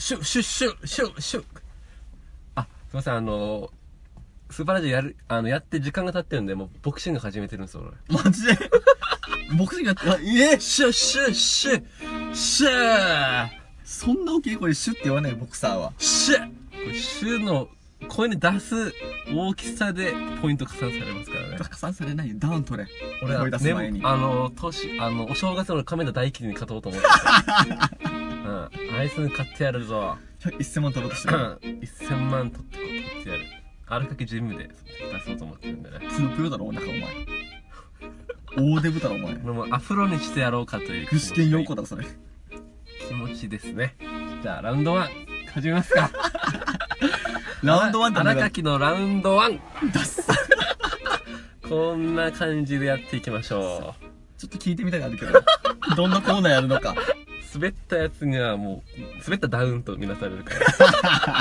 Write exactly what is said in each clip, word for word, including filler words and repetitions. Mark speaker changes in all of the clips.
Speaker 1: シュシュシュシュシュ。あ、すいません、あのスーパーラジオやる、あの、やって時間が経ってるんで、もうボクシング始めてるんですよ、俺。
Speaker 2: マジでボクシングやって、あ、えー、
Speaker 1: シュシュシュシュ
Speaker 2: そんな大きい声でシュって言わないボクサーは。
Speaker 1: シュこれシュの声に出す大きさでポイント加算されますからね。
Speaker 2: 加算されないよ。ダウン取れ。
Speaker 1: 俺は
Speaker 2: 声出す前に。
Speaker 1: ね、あの、年、あの、お正月の亀田大輝に勝とうと思って。うん。あいつに勝ってやるぞ。
Speaker 2: せんまん取ろうとしてる。
Speaker 1: せんまん取ってこう、取ってやる。あるかけジムで出そうと思ってるんでね。
Speaker 2: プロプロだろ、お腹お前。大デブだろ、お前。
Speaker 1: 俺もアフロにしてやろうかという。
Speaker 2: 具志堅用子だろ、それ。
Speaker 1: 気持ちですね。じゃあ、ラウンドワン、始めますか。
Speaker 2: ラウンドワンって
Speaker 1: 荒垣のラウンドワン。
Speaker 2: ダッサ。
Speaker 1: こんな感じでやっていきましょ
Speaker 2: う。ちょっと聞いてみたいなあるけど。どんなコーナーやるのか。
Speaker 1: 滑ったやつにはもう、滑ったダウンとみなされるから。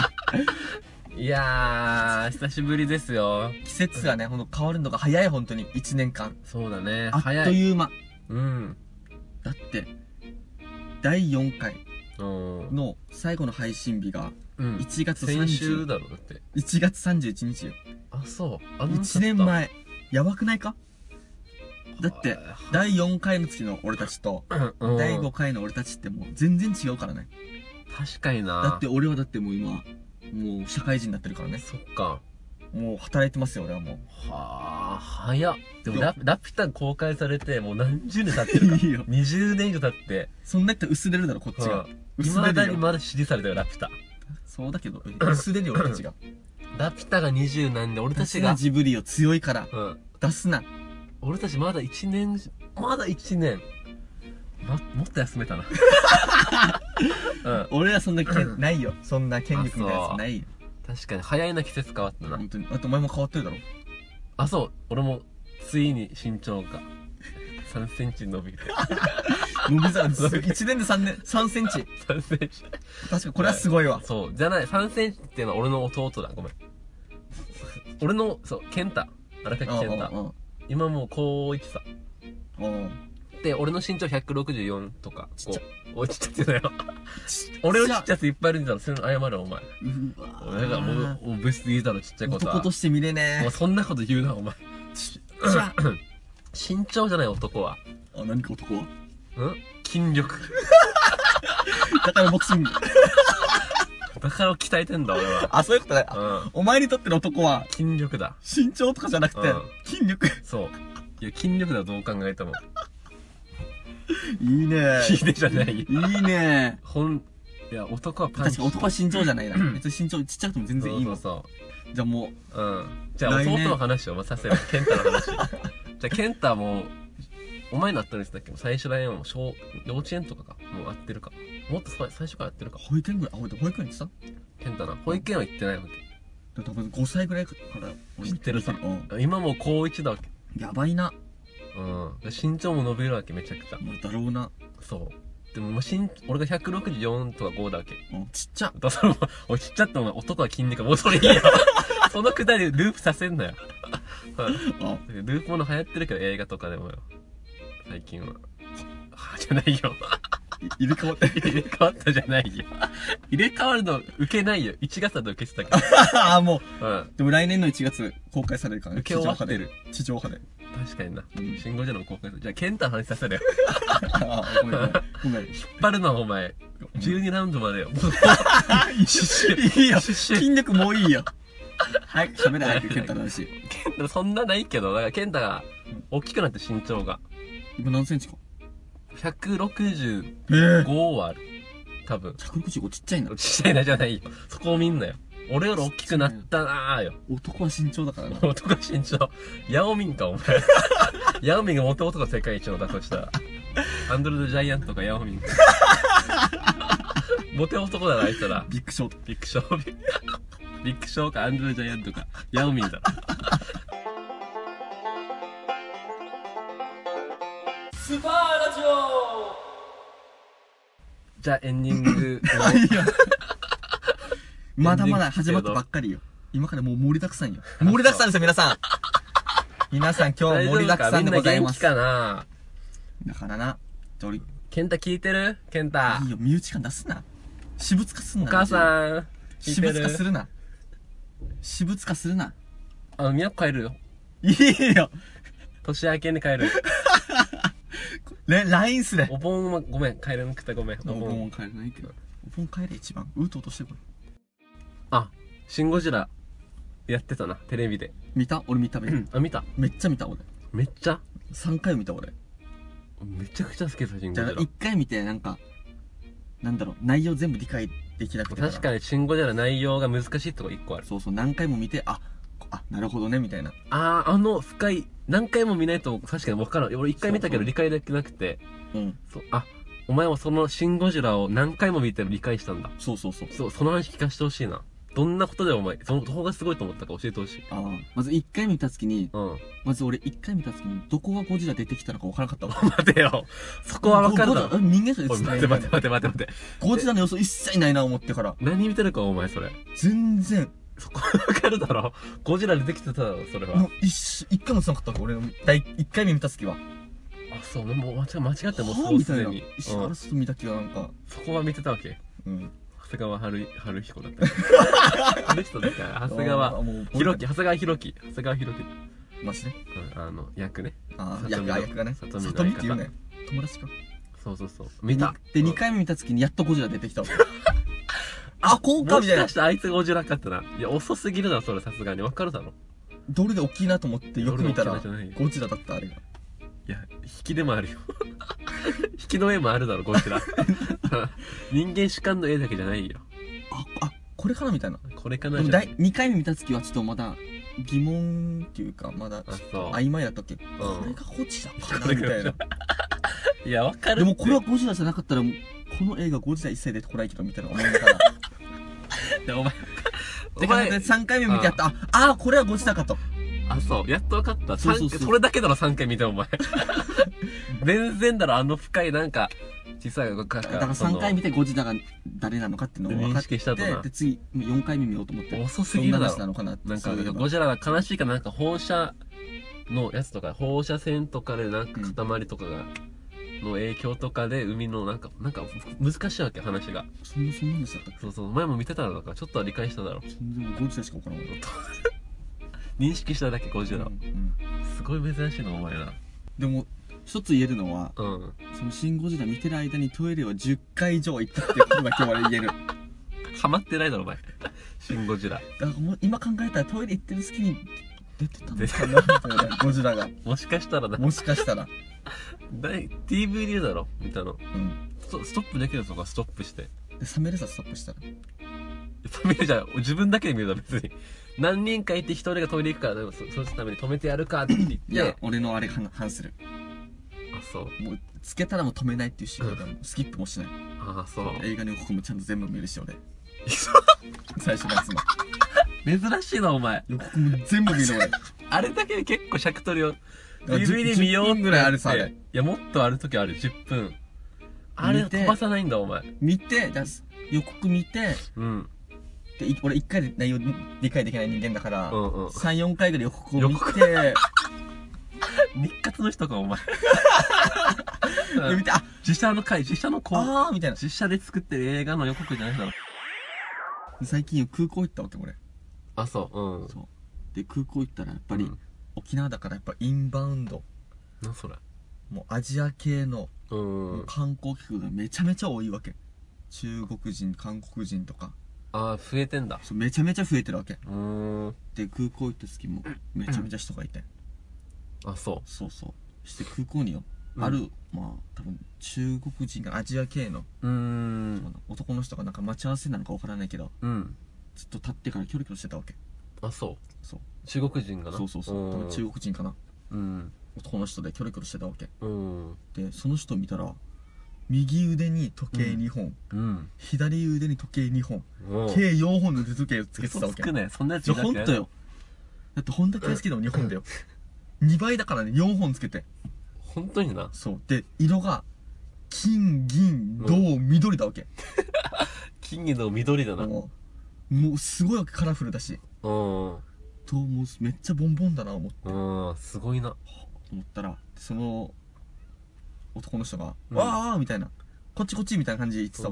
Speaker 1: いやー、久しぶりですよ。
Speaker 2: 季節がね、ほんと変わるのが早い、ほんとに。いちねんかん。
Speaker 1: そうだね。
Speaker 2: あっという間。
Speaker 1: うん。
Speaker 2: だって、だいよんかいの最後の配信日が、いちがつさんじゅう、
Speaker 1: 先週だろ、だって。
Speaker 2: いちがつさんじゅういちにちよ。
Speaker 1: あ、そう。あ
Speaker 2: いちねんまえ。やばくないか？だって、だいよんかいの月の俺たちと、だいごかいの俺たちってもう全然違うからね。
Speaker 1: 確かにな。
Speaker 2: だって俺はだってもう今、もう社会人になってるからね。
Speaker 1: そっか。
Speaker 2: もう働いてますよ、俺はもう。
Speaker 1: はあ、早っ。でもラ、ラピュタ公開されてもう何十年経ってるか。いいよ。にじゅうねん以上経って。
Speaker 2: そんなやったら薄れるだろ、こっちが。
Speaker 1: 薄れるよ。未だにまだ支持されたよ、ラピュタ。
Speaker 2: そうだけど、薄れるよ、俺たちが。
Speaker 1: ラピュタがにじゅうなんで、俺たちが。
Speaker 2: ジブリよ、強いから。
Speaker 1: うん。
Speaker 2: 出すな。
Speaker 1: 俺たちまだいちねん、まだいちねん。ま、もっと休めたな。
Speaker 2: うん。俺らそんな権、ないよ。そんな権力みたいなやつないよ。
Speaker 1: 確かに、早いな季節変わったな。
Speaker 2: 本当に。あとお前も変わってるだろ。
Speaker 1: あ、そう。俺も、ついに身長がさんセンチ伸びて。
Speaker 2: 伸びざる。いちねんでさんねん、さんセンチ。
Speaker 1: さんセンチ。
Speaker 2: 確かこれはすごいわ。
Speaker 1: そう。じゃない、さんセンチっていうのは俺の弟だ。ごめん。俺の、そう、ケンタ。荒垣ケンタ。今もう高いちさ。で、俺の身長ひゃくろくじゅうよんとか。
Speaker 2: ちっちゃ。
Speaker 1: おい、ちっちゃってだよ。俺のちっちゃいやついっぱいいるんだろ。それ謝るお前。
Speaker 2: うわ
Speaker 1: 俺がもう、もう別にいいだろ、ちっちゃいことは。
Speaker 2: 男として見れねえ。
Speaker 1: もうそんなこと言うな、お前。
Speaker 2: ちっちゃ。
Speaker 1: 身長じゃない男は。
Speaker 2: あ、何か男は？
Speaker 1: ん？筋力。
Speaker 2: だからボクシング。
Speaker 1: だから鍛えてんだ、俺は。
Speaker 2: あ、そういうことね。うん。お前にとっての男は
Speaker 1: 筋力だ。
Speaker 2: 身長とかじゃなくて、筋力。
Speaker 1: そう。いや、筋力だ、どう考えても。
Speaker 2: いいね。
Speaker 1: いいねじゃない。い
Speaker 2: いね。
Speaker 1: ほん、いや、男はパンチ。
Speaker 2: 確かに男は身長じゃないな。別に身長ちっちゃくても全然いいもん。
Speaker 1: そうそう。
Speaker 2: じゃあも
Speaker 1: う。うん。じゃあ弟の話をさせる。ケンタの話。じゃあケンタも、お前になったんですだっけ？最初らへんは小、幼稚園とかか。もう会ってるか。もっと最初からやってるか。
Speaker 2: 保育園ぐらい、あ、保育園行ってた？
Speaker 1: ケンタな。保育園は行ってないわ
Speaker 2: け。多分ごさいぐらいから。
Speaker 1: 知ってるさ。今もう高いちだわけ。
Speaker 2: やばいな。
Speaker 1: うん。身長も伸びるわけ、めちゃくちゃ。
Speaker 2: だろうな。
Speaker 1: そう。でも、ま、身、俺がひゃくろくじゅうよんとかごだわけ。
Speaker 2: うん、ちっちゃ。
Speaker 1: だから、おい、ちっちゃってお前、男は筋肉、もうそれいいよ。そのくだりループさせんなよ。ループもの流行ってるけど、映画とかでもよ。最近は。はじゃないよ。
Speaker 2: 入れ替わった。
Speaker 1: 入れ替わったじゃないよ。入れ替わるの受けないよ。いちがつだと受けてたけど。
Speaker 2: ああ、もう。うん。でも来年のいちがつ公開されるからね。
Speaker 1: 受け終わってる。
Speaker 2: 地上波で。
Speaker 1: 確かにな。シンゴジャの公開する。じゃあ、ケンタの話させるよ。
Speaker 2: ごめんごめん。引っ
Speaker 1: 張るのはお前。じゅうにラウンドまでよ。
Speaker 2: いいよ。筋力もういいよ。はい、喋れ早く、ケンタの話。
Speaker 1: ケンタそんなないけど、だからケンタが大きくなって身長が。
Speaker 2: 今何センチか？
Speaker 1: ひゃくろくじゅうごはある。多分。
Speaker 2: ひゃくろくじゅうごちっちゃいな。
Speaker 1: ちっちゃいなじゃないよ。そこを見んなよ。俺より大きくなったなーよ。
Speaker 2: 男は身長だからな。
Speaker 1: 男は身長。ヤオミンか、お前。ヤオミンがモテ男が世界一のだとしたら。アンドロイドジャイアントかヤオミンか。モテ男だな、あいつら。
Speaker 2: ビッグショート。
Speaker 1: ビッグショー。ビッグショーかアンドロイドジャイアントか。ヤオミンだ。スーパーラジオじゃあエンディング
Speaker 2: まだまだ始まったばっかりよ。今からもう盛りだくさんよ。盛りだくさんですよ、皆さん。皆さん今日盛りだくさんでございます。
Speaker 1: みんな元気かな。
Speaker 2: だからな。
Speaker 1: ケンタ聞いてる？ケンタ。
Speaker 2: いいよ、身内感出すな。 私物化すんな。
Speaker 1: お母さん
Speaker 2: 私物化するな。私物化するな。
Speaker 1: あの、都帰るよ。
Speaker 2: いいよ。
Speaker 1: 年明けに帰るよ。
Speaker 2: ね、ライン すれ。
Speaker 1: お盆はごめん、帰れなくてごめん。
Speaker 2: お盆帰れないけど。お盆帰れ一番。うとうとしてこい。
Speaker 1: あ、シンゴジラやってたな、テレビで。
Speaker 2: 見た俺見たべ。
Speaker 1: あ、見た。
Speaker 2: めっちゃ見た俺。
Speaker 1: めっちゃ
Speaker 2: さんかい見た俺。
Speaker 1: めちゃくちゃ好きだ、シンゴジラ。
Speaker 2: じゃあいっかい見て、なんか、なんだろう、内容全部理解できなくて。
Speaker 1: 確かにシンゴジラ内容が難しいとこいっこある。
Speaker 2: そうそう、何回も見て、あ、あ、なるほどね、みたいな。
Speaker 1: あー、あの深い、何回も見ないと確かに分からん。俺一回見たけど理解できなくて。
Speaker 2: うん。
Speaker 1: そう、あ、お前はそのシンゴジラを何回も見て理解したんだ。
Speaker 2: そうそうそう。
Speaker 1: そう、その話聞かせてほしいな。どんなことでお前、その動画すごいと思ったか教えてほしい。
Speaker 2: ああ。まずいっかい見たときに、
Speaker 1: うん。
Speaker 2: まず俺いっかい見たときに、どこがゴジラ出てきたのか分からなかったわ。
Speaker 1: 待てよ。そこは分かるだろ。
Speaker 2: 人間しか
Speaker 1: おい
Speaker 2: 映ってない。
Speaker 1: 待て待て待て待て待て。
Speaker 2: ゴジラの要素一切ないな思ってから。
Speaker 1: 何見てるかお前それ。
Speaker 2: 全然。
Speaker 1: そこは分かるだろ。ゴジラ出てきてただろ、それは。
Speaker 2: もう一瞬、一回もつなかったわけ、俺の第一回目見たときは。
Speaker 1: あ、そう、もう間違間違ってもう
Speaker 2: はぁ
Speaker 1: そうすでに。
Speaker 2: 一瞬あらすと見た気がなんか。
Speaker 1: そこは見てたわけ。
Speaker 2: うん。
Speaker 1: 長谷川春春彦だった。あの人だから長谷川ひろき、長谷川ひろき、長谷川ひろき。
Speaker 2: マジで
Speaker 1: うん、あの役ね。
Speaker 2: ああ、役、役がね。
Speaker 1: 里見の
Speaker 2: 里見って言うね。友達か。
Speaker 1: そうそうそう。見た。
Speaker 2: で、にかいめ見たときにやっとゴジラ出てきたわ。あ、こうか
Speaker 1: もし
Speaker 2: みたいな。
Speaker 1: かしてあいつがゴジラかってな。いや、遅すぎるだろ、それさすがに。わかるだろ。
Speaker 2: どれで大きいなと思ってよく見たら、
Speaker 1: どれが大きいなじゃないよ
Speaker 2: ゴジラだった、あれが。
Speaker 1: いや、引きでもあるよ。引きの絵もあるだろ、ゴジラ。人間主観の絵だけじゃないよ。
Speaker 2: あ、あ、これかなみたいな。
Speaker 1: これかな
Speaker 2: でも
Speaker 1: じゃない。
Speaker 2: にかいめ見たときはちょっとまだ疑問っていうか、まだ
Speaker 1: あ、そう。
Speaker 2: 曖昧だったっけ、これがゴジラかなみたいな。
Speaker 1: いや、わかるって。
Speaker 2: でもこれはゴジラじゃなかったら、この映画ゴジラ一切出てこないけど、みたいな思いながら。
Speaker 1: で、お前、
Speaker 2: お前、さんかいめ見てやった。あ、あー、これはゴジラかと。
Speaker 1: あ、そう。やっとわかった。
Speaker 2: そうそうそう
Speaker 1: それだけだろ、さんかい見て、お前。全然だろ、あの深い、なんか、小さい、だ
Speaker 2: だからさんかい見てゴジラが誰なのかっていうのを分かっ
Speaker 1: 認識したとな
Speaker 2: て、で、次、よんかいめ見ようと思って。
Speaker 1: 遅すぎるだろ
Speaker 2: どんな話なのかなって。
Speaker 1: なんか、
Speaker 2: そういうの
Speaker 1: ゴジラが悲しいかなんか放射のやつとか、放射線とかでなんか塊とかが、の影響とかで海のなんか、なんか難しいわけ、話が。
Speaker 2: そんな、そんなんでしたっけ。
Speaker 1: そうそう、前も見てたのだから、ちょっとは理解しただろ。
Speaker 2: 全然ゴジラしか分からんわ。
Speaker 1: 認識しただけ、ゴジラ。
Speaker 2: うんうん
Speaker 1: すごい珍しいの、お前ら。
Speaker 2: でも、一つ言えるのは、
Speaker 1: うん。
Speaker 2: そのシン・ゴジラ見てる間にトイレをじゅっかい以上行ったっていうことだけは言える。
Speaker 1: ハマってないだろ、お前。シン・ゴジラ。
Speaker 2: だからもう今考えたらトイレ行ってる隙に出てたのかなみたいな、ゴジラが。
Speaker 1: もしかしたらな。
Speaker 2: もしかしたら。
Speaker 1: だい ディーブイディー だろ、見たの。
Speaker 2: うん。
Speaker 1: ストストップできるとかストップして。
Speaker 2: で、冷めるさ、ストップしたら。
Speaker 1: 止めるじゃん。自分だけで見るだろ、別に。何人かいて一人がトイレ行くから、でもそそうするために止めてやるかって言って。
Speaker 2: いや、俺のあれ反反する。
Speaker 1: あ、そう。
Speaker 2: もう、つけたらもう止めないっていうシーンだから、スキップもしない。
Speaker 1: ああ、そう。
Speaker 2: 映画の予告もちゃんと全部見るし、俺。最初のやつも。
Speaker 1: 珍しいな、お前。
Speaker 2: 予告も全部見る俺。
Speaker 1: あれだけで結構尺取るよ。
Speaker 2: あ
Speaker 1: ディーブイディー 見ようって
Speaker 2: じゅっぷんぐらいあるさあれ
Speaker 1: いや、もっとある時ある、じゅっぷん。あれ
Speaker 2: 見て
Speaker 1: 飛ばさないんだ、お前。
Speaker 2: 見て、じゃあ予告見て、
Speaker 1: うん。
Speaker 2: で、い俺一回で内容理解できない人間だから、
Speaker 1: うんうん。
Speaker 2: さん、よんかいぐらい予告を見
Speaker 1: 予告
Speaker 2: て、
Speaker 1: 日活の人か、お前。
Speaker 2: で見て、あ、
Speaker 1: 自社の回、自社のこう、
Speaker 2: あーみたいな。
Speaker 1: 実写で作ってる映画の予告じゃないだろ。
Speaker 2: 最近空港行ったわけ、俺。
Speaker 1: あ、そう。うん。
Speaker 2: そう。で、空港行ったらやっぱり、
Speaker 1: うん
Speaker 2: 沖縄だからやっぱインバウンド、
Speaker 1: なんそれ。
Speaker 2: もうアジア系の
Speaker 1: うん。
Speaker 2: 観光客がめちゃめちゃ多いわけ。中国人、韓国人とか。
Speaker 1: ああ、増えてんだ。
Speaker 2: そうめちゃめちゃ増えてるわけ。
Speaker 1: うーん。
Speaker 2: で、空港行った時もめちゃめちゃ人がいて。
Speaker 1: あ、そ
Speaker 2: そうそう。して空港によ、
Speaker 1: うん
Speaker 2: ある、まあ多分中国人がアジア系の、
Speaker 1: う。うーん。
Speaker 2: 男の人がなんか待ち合わせなのかわからないけど、
Speaker 1: うん。
Speaker 2: ずっと立ってからキョロキョロしてたわけ。
Speaker 1: あ、そう。
Speaker 2: そう。
Speaker 1: 中国人がな。
Speaker 2: そうそうそう。多分中国人かな。
Speaker 1: うん。
Speaker 2: 男の人でキョロキョロしてたわけ。
Speaker 1: うん。
Speaker 2: で、その人を見たら、右腕に時計にほん、
Speaker 1: うん。
Speaker 2: 左腕に時計にほん、
Speaker 1: うん。
Speaker 2: 計よんほんの腕時計をつけてたわけ。
Speaker 1: 嘘つくね。そんなやつ
Speaker 2: いや、
Speaker 1: いなきゃ
Speaker 2: ほんとよ。だって、ほんだけ好きでもにほんだよ。にばいだからね、よんほんつけて。
Speaker 1: 本当にな。
Speaker 2: そう。で、色が、金、銀、銅、緑だわけ。
Speaker 1: 金の緑だな。うん。
Speaker 2: もう、もうすごいわけカラフルだし。と、もうめっちゃボンボンだな、思って。
Speaker 1: うん。すごいな。
Speaker 2: 思ったら、その、男の人が、
Speaker 1: うん
Speaker 2: わーみたいな。こっちこっちみたいな感じで言ってたわけ。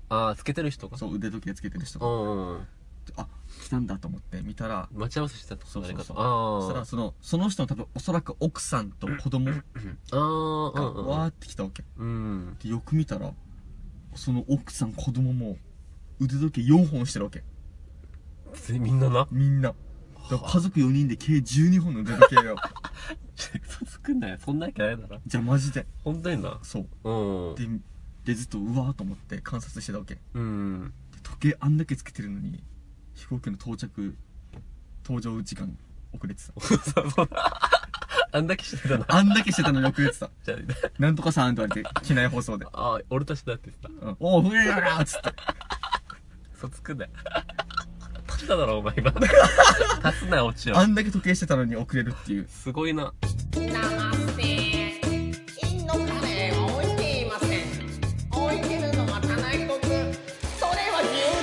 Speaker 1: ああ、つけてる人が。
Speaker 2: そう、腕時計つけてる人
Speaker 1: う
Speaker 2: が。
Speaker 1: んうん。
Speaker 2: あ、来たんだと思って見たら、
Speaker 1: 待ち合わせしてたと。
Speaker 2: そうそうそう。
Speaker 1: ああ。
Speaker 2: そしたら、その、その人の多分、おそらく奥さんと子供が、
Speaker 1: ああ、うんうん。
Speaker 2: わーって来たわけ。
Speaker 1: うん。
Speaker 2: で、よく見たら、その奥さん、子供も、腕時計よんほんしてるわけ。
Speaker 1: みんなな。
Speaker 2: みんな。だから家族よにんで計じゅうにほんの腕時計が。
Speaker 1: 嘘つくんなよ。そんなわけないだろ。
Speaker 2: じゃあマジで。
Speaker 1: 本当にな。
Speaker 2: そう。
Speaker 1: うん。
Speaker 2: で、で、ずっとうわーと思って観察してたわけ。
Speaker 1: うん。
Speaker 2: で時計あんだけつけてるのに、飛行機の到着、搭乗時間遅れてた。
Speaker 1: そうそう。あんだけしてたな。
Speaker 2: あんだけしてたのに遅れてた。
Speaker 1: じゃ
Speaker 2: なんとかさんって言われて、機内放送で。
Speaker 1: あ、ああ、俺たちだってさ。
Speaker 2: うん、おう、ふれやらーっつって。
Speaker 1: 嘘つくんなよ。立っただろ、お前今。立つなよ、落ちよ。
Speaker 2: あんだけ時計してたのに遅れるっていう。
Speaker 1: すごいな。
Speaker 3: ナマステ。金のカレーは置いていません。置いてるのは棚一つ。それは牛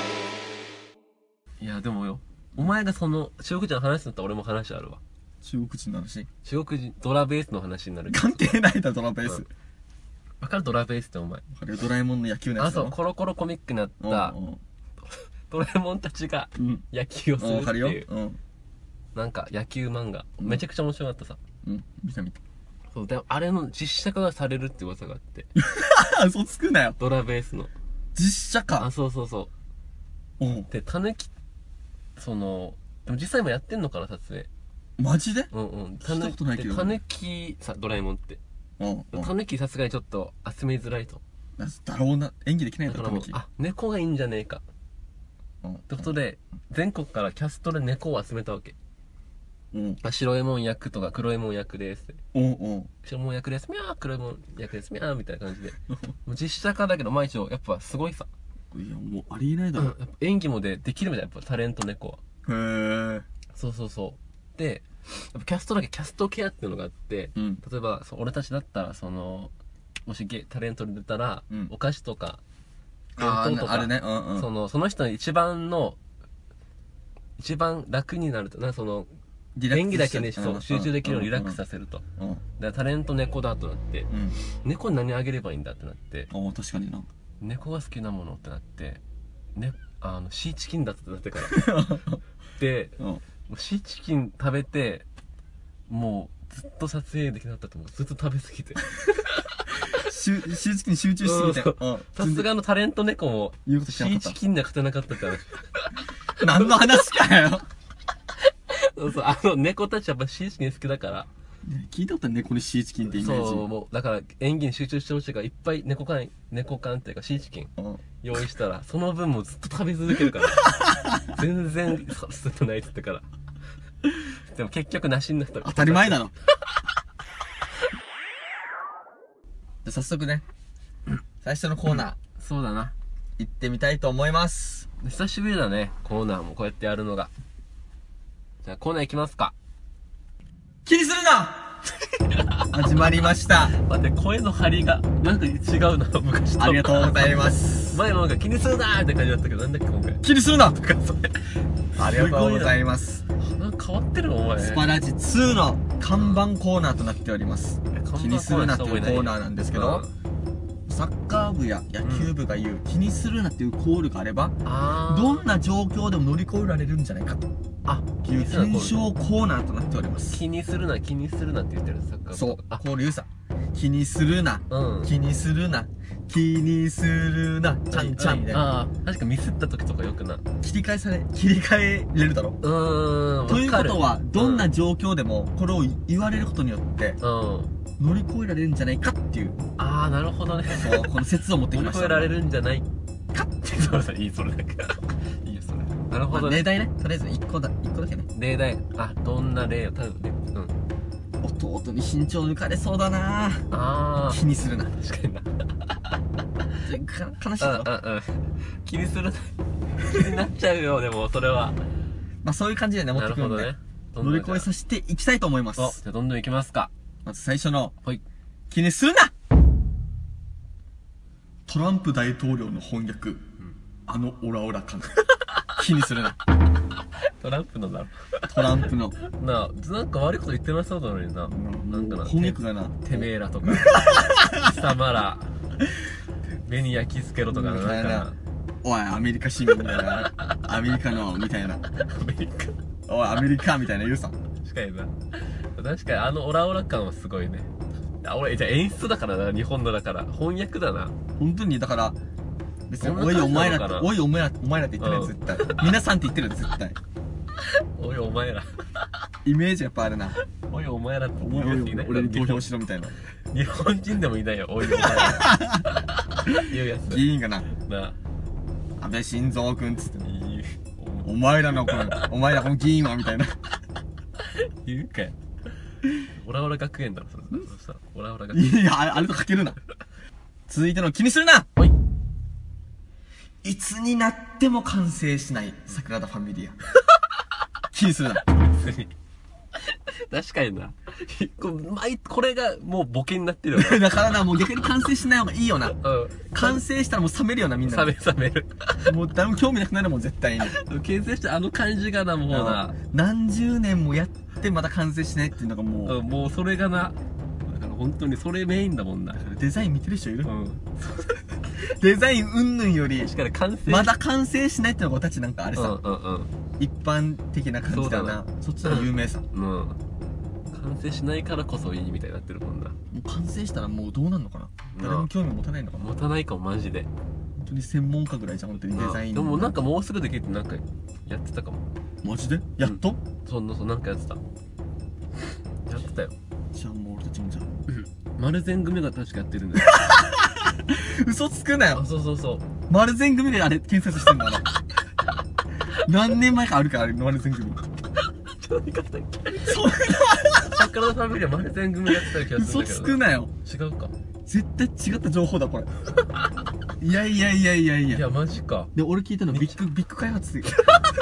Speaker 3: 丼。
Speaker 1: いや、でもよ。お前がその、中国人の話だったら俺も話あるわ。
Speaker 2: 中国人の話
Speaker 1: 中国人、ドラベースの話になる。
Speaker 2: 関係ないだ、ドラベース。
Speaker 1: わかるドラベースってお前。
Speaker 2: わかるよ、ドラえもんの野球のや
Speaker 1: あ、
Speaker 2: つだろ。
Speaker 1: そう、コロコロコミックになった
Speaker 2: うんうん
Speaker 1: ドラえもんたちが
Speaker 2: うん。
Speaker 1: 野球をするって
Speaker 2: わかるよ。
Speaker 1: いう、
Speaker 2: うん。
Speaker 1: なんか野球漫画。
Speaker 2: うん
Speaker 1: めちゃくちゃ面白かったさ。
Speaker 2: うん。見た見た。
Speaker 1: そう、で、あれの実写化がされるって噂があって。
Speaker 2: あ、嘘つくなよ。
Speaker 1: ドラベースの。
Speaker 2: 実写
Speaker 1: あ、
Speaker 2: か。
Speaker 1: そうそうそ
Speaker 2: うん
Speaker 1: う。。で、たぬき、その、でも実際もやってんのかな、撮影。
Speaker 2: マジで
Speaker 1: うんうん。
Speaker 2: 聞いたことないけど
Speaker 1: でたぬき、さ、ドラえもんって。
Speaker 2: うん。うん
Speaker 1: たぬきさすがにちょっと集めづらいと。
Speaker 2: だだろうな。演技できないのか、
Speaker 1: だからもう、
Speaker 2: たぬき。
Speaker 1: あ、猫がいいんじゃねえか。
Speaker 2: うん。
Speaker 1: ってことで、全国からキャストで猫を集めたわけ。
Speaker 2: うん。
Speaker 1: あ、白エモン役とか黒エモン役ですって。
Speaker 2: うん。うん。
Speaker 1: 白エモン役です、みゃー、黒エモン役です、みゃー、みたいな感じで。もう実写化だけど、まあ一応、やっぱすごいさ。
Speaker 2: いや、もうありえないだ
Speaker 1: うん、
Speaker 2: ろ。
Speaker 1: やっぱ演技もでできるみたいな、やっぱタレント猫は。
Speaker 2: へえ。
Speaker 1: そうそうそう。で、やっぱキャストだけキャストケアっていうのがあって、
Speaker 2: うん。
Speaker 1: 例えば、そう俺たちだったら、その、もしゲタレントで出たら、
Speaker 2: うん
Speaker 1: お菓子とか、
Speaker 2: あ
Speaker 1: 弁当とか
Speaker 2: あ、あれね。うんうん。
Speaker 1: その、その人の一番の、一番楽になると、な、その、
Speaker 2: リラックス
Speaker 1: 演技だけに
Speaker 2: しちゃ
Speaker 1: そう集中できるようにリラックス
Speaker 2: さ
Speaker 1: させると。
Speaker 2: うん。うん。
Speaker 1: で、タレント猫だとなって、
Speaker 2: うん。
Speaker 1: 猫に何あげればいいんだってなって、
Speaker 2: ああ、確かにな。
Speaker 1: 猫が好きなものってなって、ね、あの、シーチキンだってなってから。で、
Speaker 2: うん。
Speaker 1: もうシーチキン食べて、もうずっと撮影できなかったと思う。ずっと食べ過ぎて。
Speaker 2: しゅ、シューチキンに集中しすぎて。
Speaker 1: そう
Speaker 2: うん。
Speaker 1: さすがのタレント猫も、
Speaker 2: 言うことし
Speaker 1: シ
Speaker 2: なかった
Speaker 1: ーチキンでは勝てなかったって話。
Speaker 2: 何の話かよ。
Speaker 1: そうそう、あの、猫たちやっぱシーチキン好きだから、
Speaker 2: 聞いたことない猫にシーチキンってイメージ。
Speaker 1: そう、もう、だから演技に集中してほしいから、いっぱい猫缶、猫缶っていうかシーチキン
Speaker 2: うん。
Speaker 1: 用意したら、その分もずっと食べ続けるから。全然、捨ててないって言ってから。でも結局なしになった。
Speaker 2: 当たり前だろ。じゃあ早速ね、最初のコーナー、
Speaker 1: そうだな。
Speaker 2: 行ってみたいと思います。
Speaker 1: 久しぶりだね、コーナーもこうやってやるのが。じゃあコーナー行きますか。
Speaker 2: 気にするな始まりました。
Speaker 1: 待って、声の張りが、なんか違うな、昔と。
Speaker 2: ありがとうございます。
Speaker 1: 前もなんか気にするなーって感じだったけど、なんだっけ、今回。
Speaker 2: 気にするな
Speaker 1: とか、それ。
Speaker 2: ありがとうございます。
Speaker 1: なんか変わってるお前。
Speaker 2: スパラジツーの看板コーナーとなっております。気にするなっていうコーナーなんですけど、サッカー部や野球部が言う、気にするなっていうコールがあれば、
Speaker 1: あー。
Speaker 2: どんな状況でも乗り越えられるんじゃないかと
Speaker 1: あ、
Speaker 2: いう検証コーナーとなっております。
Speaker 1: 気にするな、気にするなって言ってる、サッカー部
Speaker 2: そう、
Speaker 1: とか。
Speaker 2: コール言うさ。気にするな、
Speaker 1: あ、うん。
Speaker 2: 気にするな、気にするな、ちゃんちゃんみたいな。
Speaker 1: ああ、確かミスった時とかよくな。
Speaker 2: 切り替えされ、切り替えれるだろ。
Speaker 1: うーん、
Speaker 2: ということは、どんな
Speaker 1: うん。
Speaker 2: 状況でも、これを言われることによって、
Speaker 1: うん
Speaker 2: 乗り越えられるんじゃないかっていう、
Speaker 1: ああ、なるほどね。
Speaker 2: そう、この説を持ってきました。
Speaker 1: 乗り越えられるんじゃない
Speaker 2: かって
Speaker 1: それそれ、いい、それだけ。いいよ、それ。なる
Speaker 2: まあ、
Speaker 1: ほどね。
Speaker 2: 例題ね。とりあえず一個だ、一個だけね。
Speaker 1: 例題。あ、どんな例を、たぶんね。うん。
Speaker 2: 弟に身長抜かれそうだな
Speaker 1: ああ、
Speaker 2: 気にするな。
Speaker 1: 確かにな。
Speaker 2: か悲しいぞ。
Speaker 1: うんうんうん。気にするな。気になっちゃうよ、でも、それは。
Speaker 2: まあそういう感じでね、持っ
Speaker 1: な
Speaker 2: てくるんで、
Speaker 1: るほどね。
Speaker 2: 乗り越えさせていきたいと思います。
Speaker 1: お、じゃあどんどん行きますか。
Speaker 2: まず最初の、
Speaker 1: はい。
Speaker 2: 気にするなトランプ大統領の翻訳、あのオラオラ感。気にするな。
Speaker 1: トランプのだろ。
Speaker 2: トランプの。
Speaker 1: なあ、なんか悪いこと言ってなさそうなのにな。なんかな。
Speaker 2: 翻訳がな、
Speaker 1: てめえらとか。貴様ら。 紅焼きつけろとかなんか
Speaker 2: おいアメリカ市民みたいなアメリカのみたいな
Speaker 1: アメリカ
Speaker 2: おいアメリカみたいな言うさん。
Speaker 1: 確かにな。確かにあのオラオラ感はすごいね。あ、俺じゃあ演出だからな、日本のだから翻訳だな。
Speaker 2: 本当にだから別においお前らっておいお前らお前らって言ってない絶対。皆さんって言ってる絶対。
Speaker 1: おいお前ら
Speaker 2: イメージやっぱあるな。
Speaker 1: おいお前らって言うやついない。
Speaker 2: 俺に投票しろみたいな。
Speaker 1: 日本人でもいないよ、おいお前ら言うやつ。
Speaker 2: 議員がな、
Speaker 1: な
Speaker 2: 安倍晋三君っつって、
Speaker 1: いい
Speaker 2: お前らのこのお前らこの議員はみたいな。
Speaker 1: 言うかよ。オラオラ学園だろ、それ。そしたらオラオラ学園。
Speaker 2: いや、あれ、あれとかけるな。続いての気にするな。
Speaker 1: はい。
Speaker 2: いつになっても完成しない桜田ファミリア。気にするな。
Speaker 1: 別に。確かにな。こ毎これがもうボケになってるよな。
Speaker 2: だからな、もう逆に完成しない方がいいよな。
Speaker 1: うん。
Speaker 2: 完成したらもう冷めるよな、みんな。
Speaker 1: 冷め冷める。
Speaker 2: もう誰も興味なくなるもん、絶対に。
Speaker 1: 完成したあの感じがな、もうな。
Speaker 2: 何十年もやってまだ完成しないっていうのがもう。
Speaker 1: うん、もうそれがな。だから本当にそれメインだもんな。
Speaker 2: デザイン見てる人いる？
Speaker 1: うん。
Speaker 2: デザイン云々より、
Speaker 1: 確かに完成。
Speaker 2: まだ完成しないってのが俺たちなんかあれさ。
Speaker 1: うんうんうん。
Speaker 2: 一般的な感じだな。そっちの有名さ。
Speaker 1: うん。完成しないからこそいいみたいになってるもんな。
Speaker 2: もう完成したらもうどうなんのかな。誰も興味持たないのかな。
Speaker 1: 持たないかもマジで。
Speaker 2: 本当に専門家ぐらいじゃん、本当にデザイン。
Speaker 1: でもなんかもうすぐできるってなんかやってたかも。
Speaker 2: マジでやっと、
Speaker 1: そんなそうなんかやってた。やってたよ。
Speaker 2: じゃあもう俺たちもじゃあ。
Speaker 1: 丸善組が確かやってるんだよ。
Speaker 2: 嘘つくなよ。
Speaker 1: あ、そうそうそう。
Speaker 2: 丸善組であれ建設してんだな。何年前かあるからあれ丸善組。
Speaker 1: 何かったっけ？
Speaker 2: そう。
Speaker 1: 桜田ファミリーは丸善組やってた気がするんだけど。
Speaker 2: 嘘つくなよ。
Speaker 1: 違うか。
Speaker 2: 絶対違った情報だこれ。いやいやいやいやいや。
Speaker 1: いやマジか。
Speaker 2: で俺聞いたのビッグビッグ開発っていう。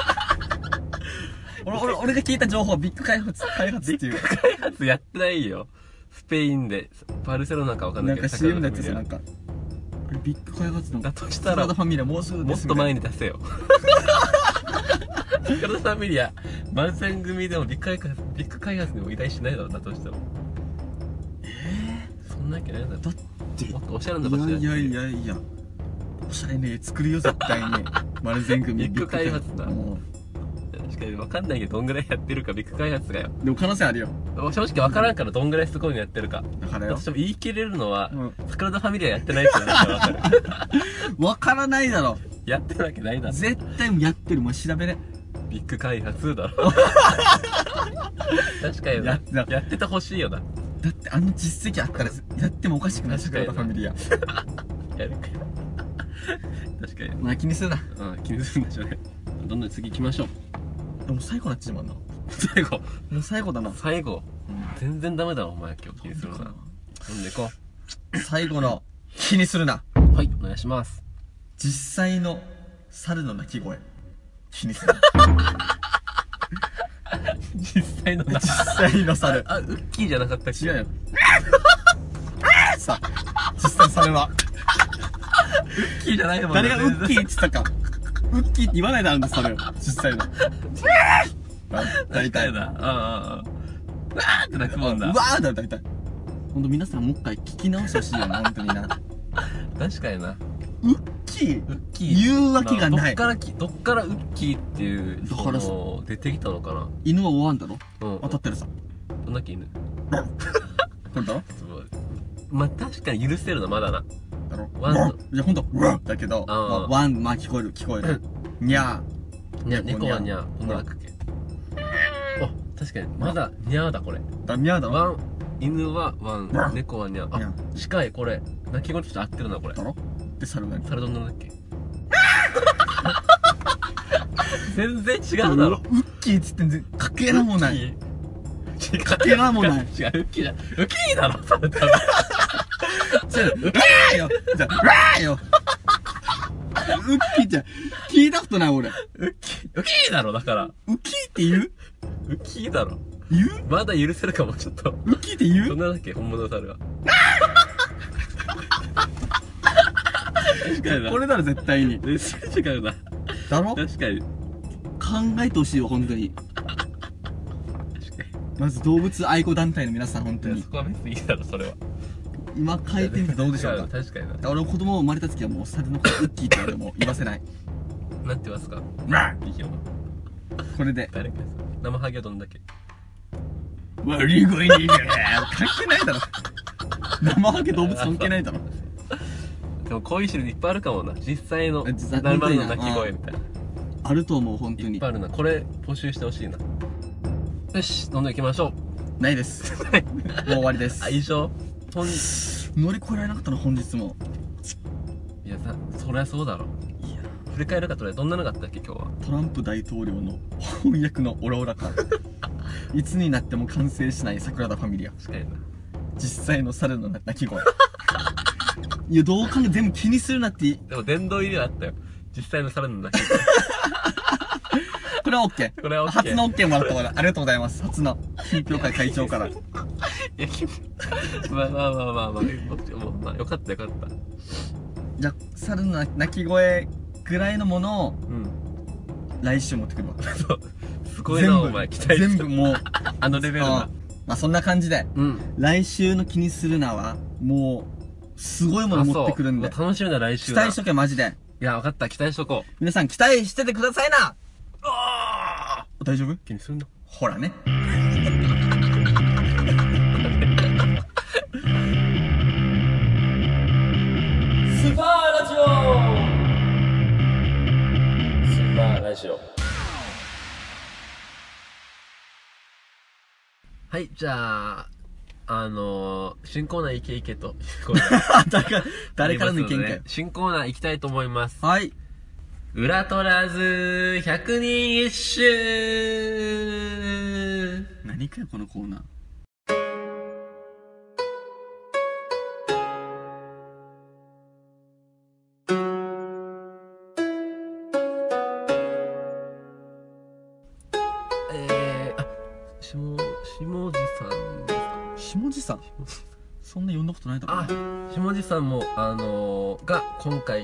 Speaker 2: 俺俺俺が聞いた情報はビッグ開発開発っていう。
Speaker 1: ビッグ開発やってないよ。スペインでバルセロナかわかんなけど。
Speaker 2: ないんか シーエム のやつさなんか。あれビッグ開発の。
Speaker 1: だとしたら
Speaker 2: 桜田ファミリアもうすぐ
Speaker 1: もっと前に出せよ。桜田ファミリア丸善組でもビッグ開発ビッグ開発にも依頼しないだろうだとしても。
Speaker 2: え
Speaker 1: そんなわけないだろ。
Speaker 2: だって
Speaker 1: もっとおしゃれな場所
Speaker 2: いやいやいやいやおしゃれね作るよ絶対に。丸善組
Speaker 1: ビッグ開発だ。
Speaker 2: も
Speaker 1: 確かに分かんないけどどんぐらいやってるかビッグ開発がよ。
Speaker 2: うでも可能性あるよ。
Speaker 1: 正直分からんからどんぐらいすごいのやってるか。
Speaker 2: だからよ
Speaker 1: 私も言い切れるのは、
Speaker 2: うん、
Speaker 1: 桜田ファミリアやってないっていうのが分かる。
Speaker 2: わからないだろ。
Speaker 1: やってるわけないだろ。
Speaker 2: 絶対やってる。もう調べれ。
Speaker 1: ビッグ開発だろ。確かにややっててほしいよな。
Speaker 2: だってあの実績あったらやってもおかしくない。桜田ファミリア
Speaker 1: やるかよ。確かに。
Speaker 2: まあ気にするな。
Speaker 1: うん、気にするんでしょうね。どんどん次行きましょう。
Speaker 2: でも最後なっちまうな。
Speaker 1: 最後。
Speaker 2: もう最後だな。
Speaker 1: 最後。
Speaker 2: うん、
Speaker 1: 全然ダメだろお前今日気にするな。飲んでいこ
Speaker 2: う。最後の気にするな。
Speaker 1: はい、お願いします。
Speaker 2: 実際の猿の鳴き声気にするな。
Speaker 1: 実際の
Speaker 2: 実際の猿。
Speaker 1: あ、ウッキーじゃなかったっけ？
Speaker 2: 違うよ。さあ、実際の猿は
Speaker 1: ウッキーじゃないもん。
Speaker 2: 誰がウッキーって言ったか。ウッキーって言わないだろうね、猿。実際の。大体
Speaker 1: だ。ああ、ああ。わーって泣くもんだ。
Speaker 2: うわーだ、大体。ほんと皆さんもう一回聞き直してほしいよな、ほんとにな。
Speaker 1: 確かにな。
Speaker 2: ウッキー
Speaker 1: ウッキー
Speaker 2: 言うわけがない。
Speaker 1: どっからき、どっからウッキーっていう、
Speaker 2: だからさ、
Speaker 1: 出てきたのかな。
Speaker 2: 犬はおわんだろ。
Speaker 1: うん。
Speaker 2: 当たってるさ。
Speaker 1: どんだけ犬
Speaker 2: これだろ。
Speaker 1: まあ、確かに許せるの、まだな。
Speaker 2: だろ。
Speaker 1: ワン。
Speaker 2: いや、ほんと、だけど、ワン、まあ聞こえる、聞こえる。にゃ
Speaker 1: ー。にゃ、猫はにゃー。どんな鳴くっけ。あ、確かに、まだ、にゃーだ、これ。
Speaker 2: だ、にゃーだろ。
Speaker 1: ワン、犬はワン、猫はにゃー。あ、近い、これ。鳴き声として合ってるな、これ。
Speaker 2: だろ。で、猿何？
Speaker 1: 猿どんなのだっけ。全然違うだろ。
Speaker 2: ウッキーっつってんぜ、かけらもない。かけらもない。
Speaker 1: 違う、ウッキーじゃ、ウッキーだろ、それ多分。
Speaker 2: 違う、ウッキーよ。じゃあ、ウーよ。ウッキーじゃ、聞いたことない、俺。ウ
Speaker 1: ッキー、ウッキーだろ、だから。
Speaker 2: ウッキーって言う？
Speaker 1: ウッキーだろ。
Speaker 2: 言う？
Speaker 1: まだ許せるかも、ちょっと。
Speaker 2: ウッキーって言う？
Speaker 1: どんなだっけ、本物の猿は。確かにな。
Speaker 2: これなら絶対に。
Speaker 1: 全然違うな。
Speaker 2: だろ？
Speaker 1: 確かに。
Speaker 2: 考えてほしいよ、本当に。
Speaker 1: 確かに。
Speaker 2: まず動物愛護団体の皆さん、本当に。
Speaker 1: そこは別にいいだろ、それは。
Speaker 2: 今変えてみてどうでしょうか。
Speaker 1: 確かにな。
Speaker 2: 俺子供生まれた時はもう猿のことウッキーって俺も言わせない。
Speaker 1: なんて言いますか。いいよ。
Speaker 2: これで
Speaker 1: 誰かです。生ハゲどんだけ。
Speaker 2: 悪い声に関係ないだろ。生ハゲ動物関係ないだろ。
Speaker 1: でもこういう種類いっぱいあるかもな。実際の
Speaker 2: 実際
Speaker 1: ナルマルの鳴き声みたいな。
Speaker 2: あると思う、本当に。
Speaker 1: いっぱいあるな。これ募集してほしいな。よし、どんどん行きましょ
Speaker 2: う。ないです。もう終わりです。
Speaker 1: あ、以上。
Speaker 2: 乗り越えられなかったの、本日も。
Speaker 1: いやさ、そりゃそうだろ。いや、振り返るかとりどんなのがあったっけ今日は。
Speaker 2: トランプ大統領の翻訳のオラオラ感。いつになっても完成しない桜田ファミリア。
Speaker 1: 確かにな。
Speaker 2: 実際の猿の鳴き声。いや、どうか全部気にするなっていい。
Speaker 1: でも殿堂入りはあったよ。実際の猿の鳴き声。
Speaker 2: これは OK。
Speaker 1: これは OK。
Speaker 2: 初の OK もらったから、ありがとうございます。初の品評会会長から。い
Speaker 1: や、まあまあまあまあまあ、もうまあ、よかったよかった。
Speaker 2: じゃあ、猿の鳴き声ぐらいのものを、
Speaker 1: うん。
Speaker 2: 来週持ってくるわ。
Speaker 1: そう。すごいな、お前、期待して
Speaker 2: 全部もう、
Speaker 1: あのレベルだ。
Speaker 2: まあそんな感じで、うん。来週の気にするなは、もう、すごいもの持ってくるんで。
Speaker 1: 楽しみだ、来週。
Speaker 2: 期待しとけ、マジで。
Speaker 1: いや、わかった、期待しとこう。
Speaker 2: 皆さん、期待しててくださいな。
Speaker 1: ああ
Speaker 2: 大丈夫？
Speaker 1: 気にするんだ。
Speaker 2: ほらね。
Speaker 1: スパーラジオスパーラジオはい、じゃあ、あのー、新コーナー行け行けと。
Speaker 2: 誰か、誰からの意見か。
Speaker 1: 新コーナー行きたいと思います。
Speaker 2: はい。
Speaker 1: 裏取らず、百人一首。
Speaker 2: 何かよ、このコーナー。
Speaker 1: えー、あ、下、下地さんですか。
Speaker 2: 下地さんそんな呼んだことないだろ。
Speaker 1: あ、下地さんも、あのー、が、今回、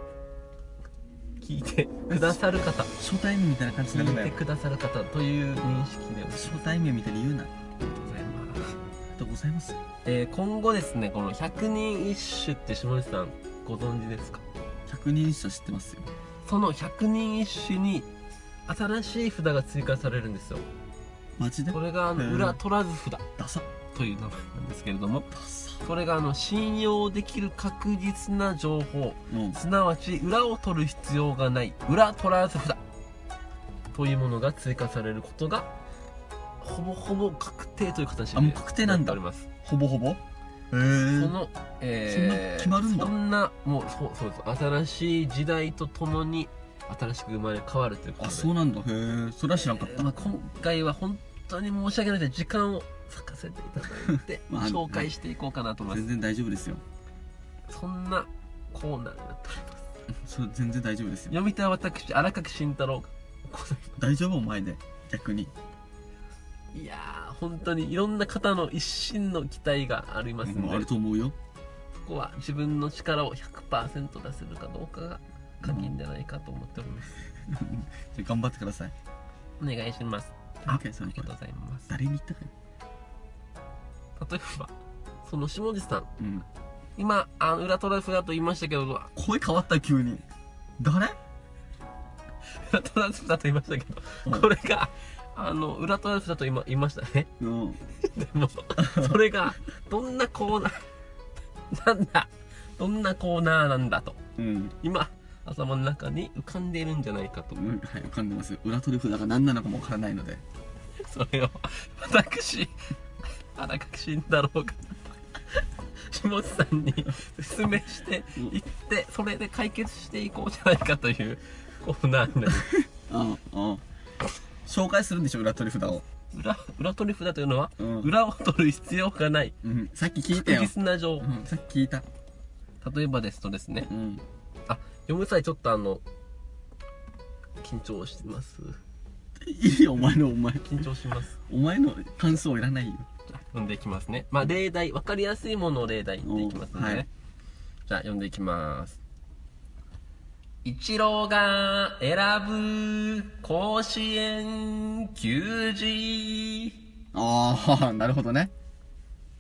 Speaker 1: 聞いてくださる方、
Speaker 2: 初対面みたいな感じになるんだよ。
Speaker 1: 聞いてくださる方という認識で
Speaker 2: 初対面みたいに言うな。ありがとうございます。ありがとうございます。
Speaker 1: えー、今後ですね、この百人一首って下地さんご存知ですか？
Speaker 2: 百人一首知ってますよ。
Speaker 1: その百人一首に新しい札が追加されるんですよ。
Speaker 2: マジで？
Speaker 1: これがあの裏取らず札
Speaker 2: ダサ
Speaker 1: という名前なんですけれども、
Speaker 2: ダサ
Speaker 1: それがあの信用できる確実な情報、うん、すなわち裏を取る必要がない裏取らず札というものが追加されることがほぼほぼ確定という形で
Speaker 2: あもう確定なんだ。
Speaker 1: あります。
Speaker 2: ほぼほぼ。へえ。
Speaker 1: その、えー、
Speaker 2: そんな決まるんだ。
Speaker 1: そんなもうそうそうです。新しい時代とともに新しく生まれ変わるということで。
Speaker 2: あ、そうなんだ。へえ。それは知らんかった。
Speaker 1: えーまあ、今回は本当に申し訳ないので時間を割かせていただいてまあ紹介していこうかなと思います。
Speaker 2: 全然大丈夫ですよ。
Speaker 1: そんなコーナーになっております。
Speaker 2: それ全然大丈夫ですよ。
Speaker 1: 読み手は私荒垣慎太郎が
Speaker 2: 大丈夫お前で逆に。
Speaker 1: いやー本当にいろんな方の一心の期待がありますので、
Speaker 2: あると思うよ。
Speaker 1: そこは自分の力を ひゃくパーセント 出せるかどうかが鍵じゃないかと思っております。
Speaker 2: じゃ頑張ってください。
Speaker 1: お願いします。あ、ありがとうございます。
Speaker 2: 誰に言ったかよ。
Speaker 1: 例えばその下地さん、
Speaker 2: うん、
Speaker 1: 今あの裏トラフだと言いましたけど、
Speaker 2: 声変わった急に。誰？
Speaker 1: 裏トラフだと言いましたけど、うん、これがあの裏トラフだと今言いましたね。うん、でもそれがどんなコーナーなんだどんなコーナーなんだと、うん、今頭の中に浮かんでいるんじゃないかと、うん、
Speaker 2: はい、浮かんでます。裏トリフだが何なのかもわからないので、
Speaker 1: それを私荒垣慎太郎が下地さんに説明していって、それで解決していこうじゃないかというコーナーになります。
Speaker 2: ああ、紹介するんでしょ裏取り札を。
Speaker 1: 裏裏取り札というのは、うん、裏を取る必要がない、
Speaker 2: うん、さっき聞いたよ。
Speaker 1: 確実な情報、
Speaker 2: うん、さっき聞いた。
Speaker 1: 例えばですとですね、うん、あ読む際ちょっとあの緊張してます。
Speaker 2: いいよお前のお前
Speaker 1: 緊張します。
Speaker 2: お前の感想いらないよ。
Speaker 1: 読んでいきますね。まあ例題分かりやすいものを例題言っていきますのでね、はい、じゃあ読んでいきます。一郎が選ぶ甲子園球児。
Speaker 2: ああなるほどね。
Speaker 1: 分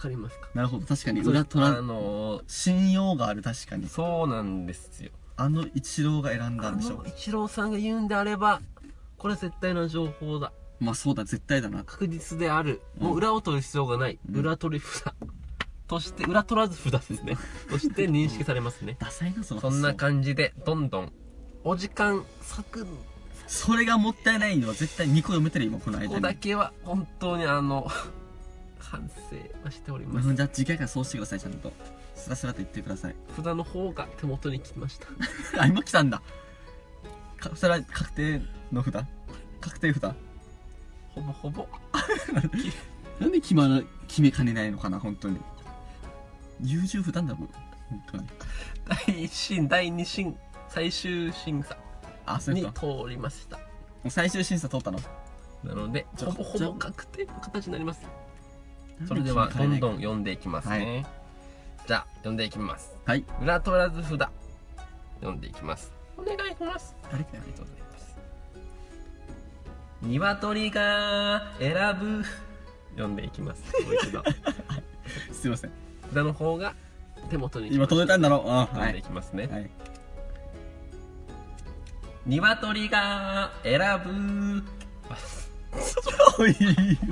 Speaker 1: かりますか？
Speaker 2: なるほど、確かに裏取ら
Speaker 1: あのー、
Speaker 2: 信用がある。確かに
Speaker 1: そうなんですよ。
Speaker 2: あのイチローが選んだ
Speaker 1: あ
Speaker 2: んでしょ
Speaker 1: のイチローさんが言うんであればこれ絶対な情報だ、
Speaker 2: まあそうだ、絶対だな。
Speaker 1: 確実である、
Speaker 2: うん
Speaker 1: もう裏を取る必要がない、
Speaker 2: うん
Speaker 1: 裏取り札として裏取らず札ですねとして認識されますね。
Speaker 2: ダサいな、その
Speaker 1: そんな
Speaker 2: じ。
Speaker 1: 感じでどんどんお時間割く
Speaker 2: それがもったいないのは絶対にこ読めてる今この
Speaker 1: こ
Speaker 2: 間に。
Speaker 1: こだけは本当にあの反省はしております。
Speaker 2: うんじゃあ次回からそうしてください。ちゃんとスラスラと言ってください。
Speaker 1: 札の方が手元に来ました
Speaker 2: あ、今来たんだ。かそれは確定の札、確定札。
Speaker 1: ほぼほぼ
Speaker 2: なんで決まら決めかねないのかな、本当に。優柔不断だもん本当に。
Speaker 1: 第一審第二審最終審査
Speaker 2: あ、そういう
Speaker 1: に
Speaker 2: こ
Speaker 1: 通りました。
Speaker 2: と。最終審査通ったの。
Speaker 1: なので
Speaker 2: じゃあ
Speaker 1: ほぼほ
Speaker 2: じゃあ
Speaker 1: ぼ確定の形になります。それではどんどん読んでいきますね、じゃあ読んでいきます。
Speaker 2: はい。
Speaker 1: 裏取らず札読んでいきます。お願いします。
Speaker 2: 誰かよ
Speaker 1: ありがとうございます。鶏が選ぶ読んでいきます。もう一度
Speaker 2: すいません。
Speaker 1: 札の方が手元に来ま
Speaker 2: 今
Speaker 1: した。
Speaker 2: 届いたんだろう。あ、
Speaker 1: 読んでい
Speaker 2: はい。
Speaker 1: きますね、
Speaker 2: はい。
Speaker 1: 鶏が選ぶ
Speaker 2: おい。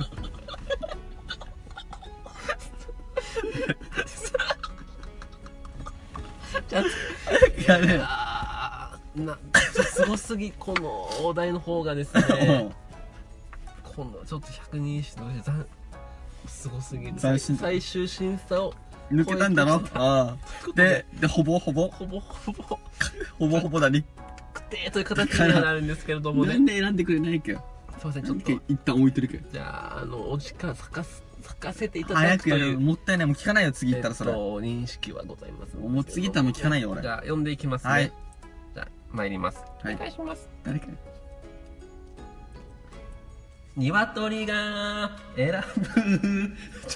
Speaker 1: ちゃんと
Speaker 2: やれよ。
Speaker 1: あーなすごすぎこのお題の方がですねこのちょっと百人一首のざんすごすぎる
Speaker 2: 斬新
Speaker 1: 最終審査を
Speaker 2: 抜けたんだろ。ああ。で、で、ほぼほぼ、
Speaker 1: ほぼほぼ
Speaker 2: ほぼほぼだに。
Speaker 1: 確定という形にはなるんですけれどもね。
Speaker 2: なんで選んでくれないかよ。
Speaker 1: すいません、ちょっと
Speaker 2: 一旦置いてるけど。
Speaker 1: じゃああのお時間咲かす咲かせていただくという
Speaker 2: 早くやる。もったいない。もう聞かないよ、次行ったらそれ。
Speaker 1: えっと認識はございます。
Speaker 2: もう次行ったらもう聞かないよ、俺。
Speaker 1: じゃあ読んでいきますね。
Speaker 2: はい
Speaker 1: じゃあ参ります。
Speaker 2: はい
Speaker 1: お願いします。
Speaker 2: 誰かよ。
Speaker 1: 鶏が選ぶ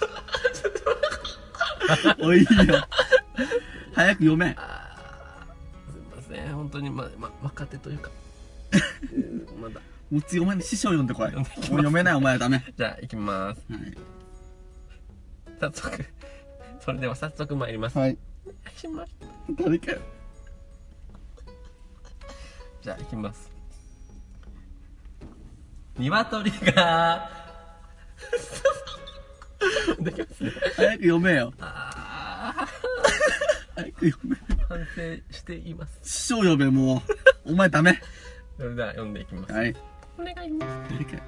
Speaker 2: おいいよ。早く読め。
Speaker 1: あーすいません、本当にまま若手というかうんまだ
Speaker 2: もう次お前に師匠読んでこい。もう
Speaker 1: 読んできます
Speaker 2: 読めないお前はダメ。
Speaker 1: じゃあ行きます。
Speaker 2: はい。
Speaker 1: 早速それでは早速参ります。
Speaker 2: はい。
Speaker 1: お願いします。
Speaker 2: 誰かよ。
Speaker 1: じゃあ行きます。鶏ができますね。
Speaker 2: 早く読めよ。
Speaker 1: あ
Speaker 2: 早く読め。
Speaker 1: ー反省しています。
Speaker 2: 師匠呼べ、もう。お前ダメ。
Speaker 1: それでは読んでいきます。
Speaker 2: はい。
Speaker 1: お願いします。
Speaker 2: 誰かよ。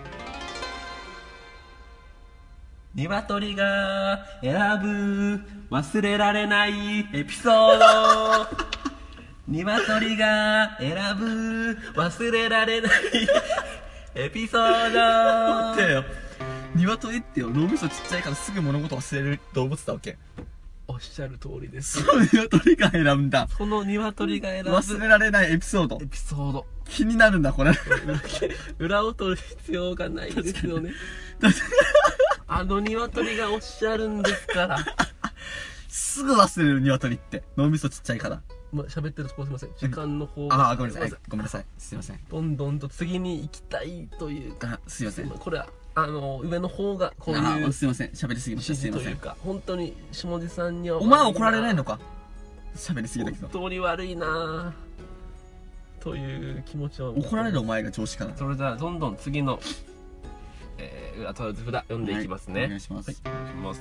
Speaker 1: 鶏が選ぶ忘れられないエピソード鶏が選ぶ忘れられないエピソード
Speaker 2: 待ってよ。鶏ってよ、脳みそちっちゃいからすぐ物事忘れる動物だわけ。
Speaker 1: おっしゃる通りです。
Speaker 2: そう、鶏が選ぶんだ。
Speaker 1: その鶏が選ぶ
Speaker 2: 忘れられないエピソード
Speaker 1: エ。ピソード
Speaker 2: 気になるんだ、これ。
Speaker 1: 裏を取る必要がないですよね。あの鶏がおっしゃるんですから
Speaker 2: すぐ忘れる鶏って。脳みそちっちゃいから。
Speaker 1: まあ、喋ってるとこすいません、時間の方
Speaker 2: ああ、ごめんなさい
Speaker 1: すいま。
Speaker 2: ごめんなさい。すいません。
Speaker 1: せんどんどんと次に行きたいというか、
Speaker 2: あ、すいません。
Speaker 1: これはあの上の方がこう
Speaker 2: あ
Speaker 1: いう
Speaker 2: すいません。喋りすぎました。
Speaker 1: 指
Speaker 2: すいませ。
Speaker 1: 示というんか、本当に下地さんには
Speaker 2: お前は怒られないのか。喋りすぎだけど。
Speaker 1: 本当に悪いなぁという気持ちを
Speaker 2: 怒られるお前が上司かな。
Speaker 1: それではどんどん次の、えー、裏問わず札読んでいきますね、
Speaker 2: はいお願いします。
Speaker 1: お願いします。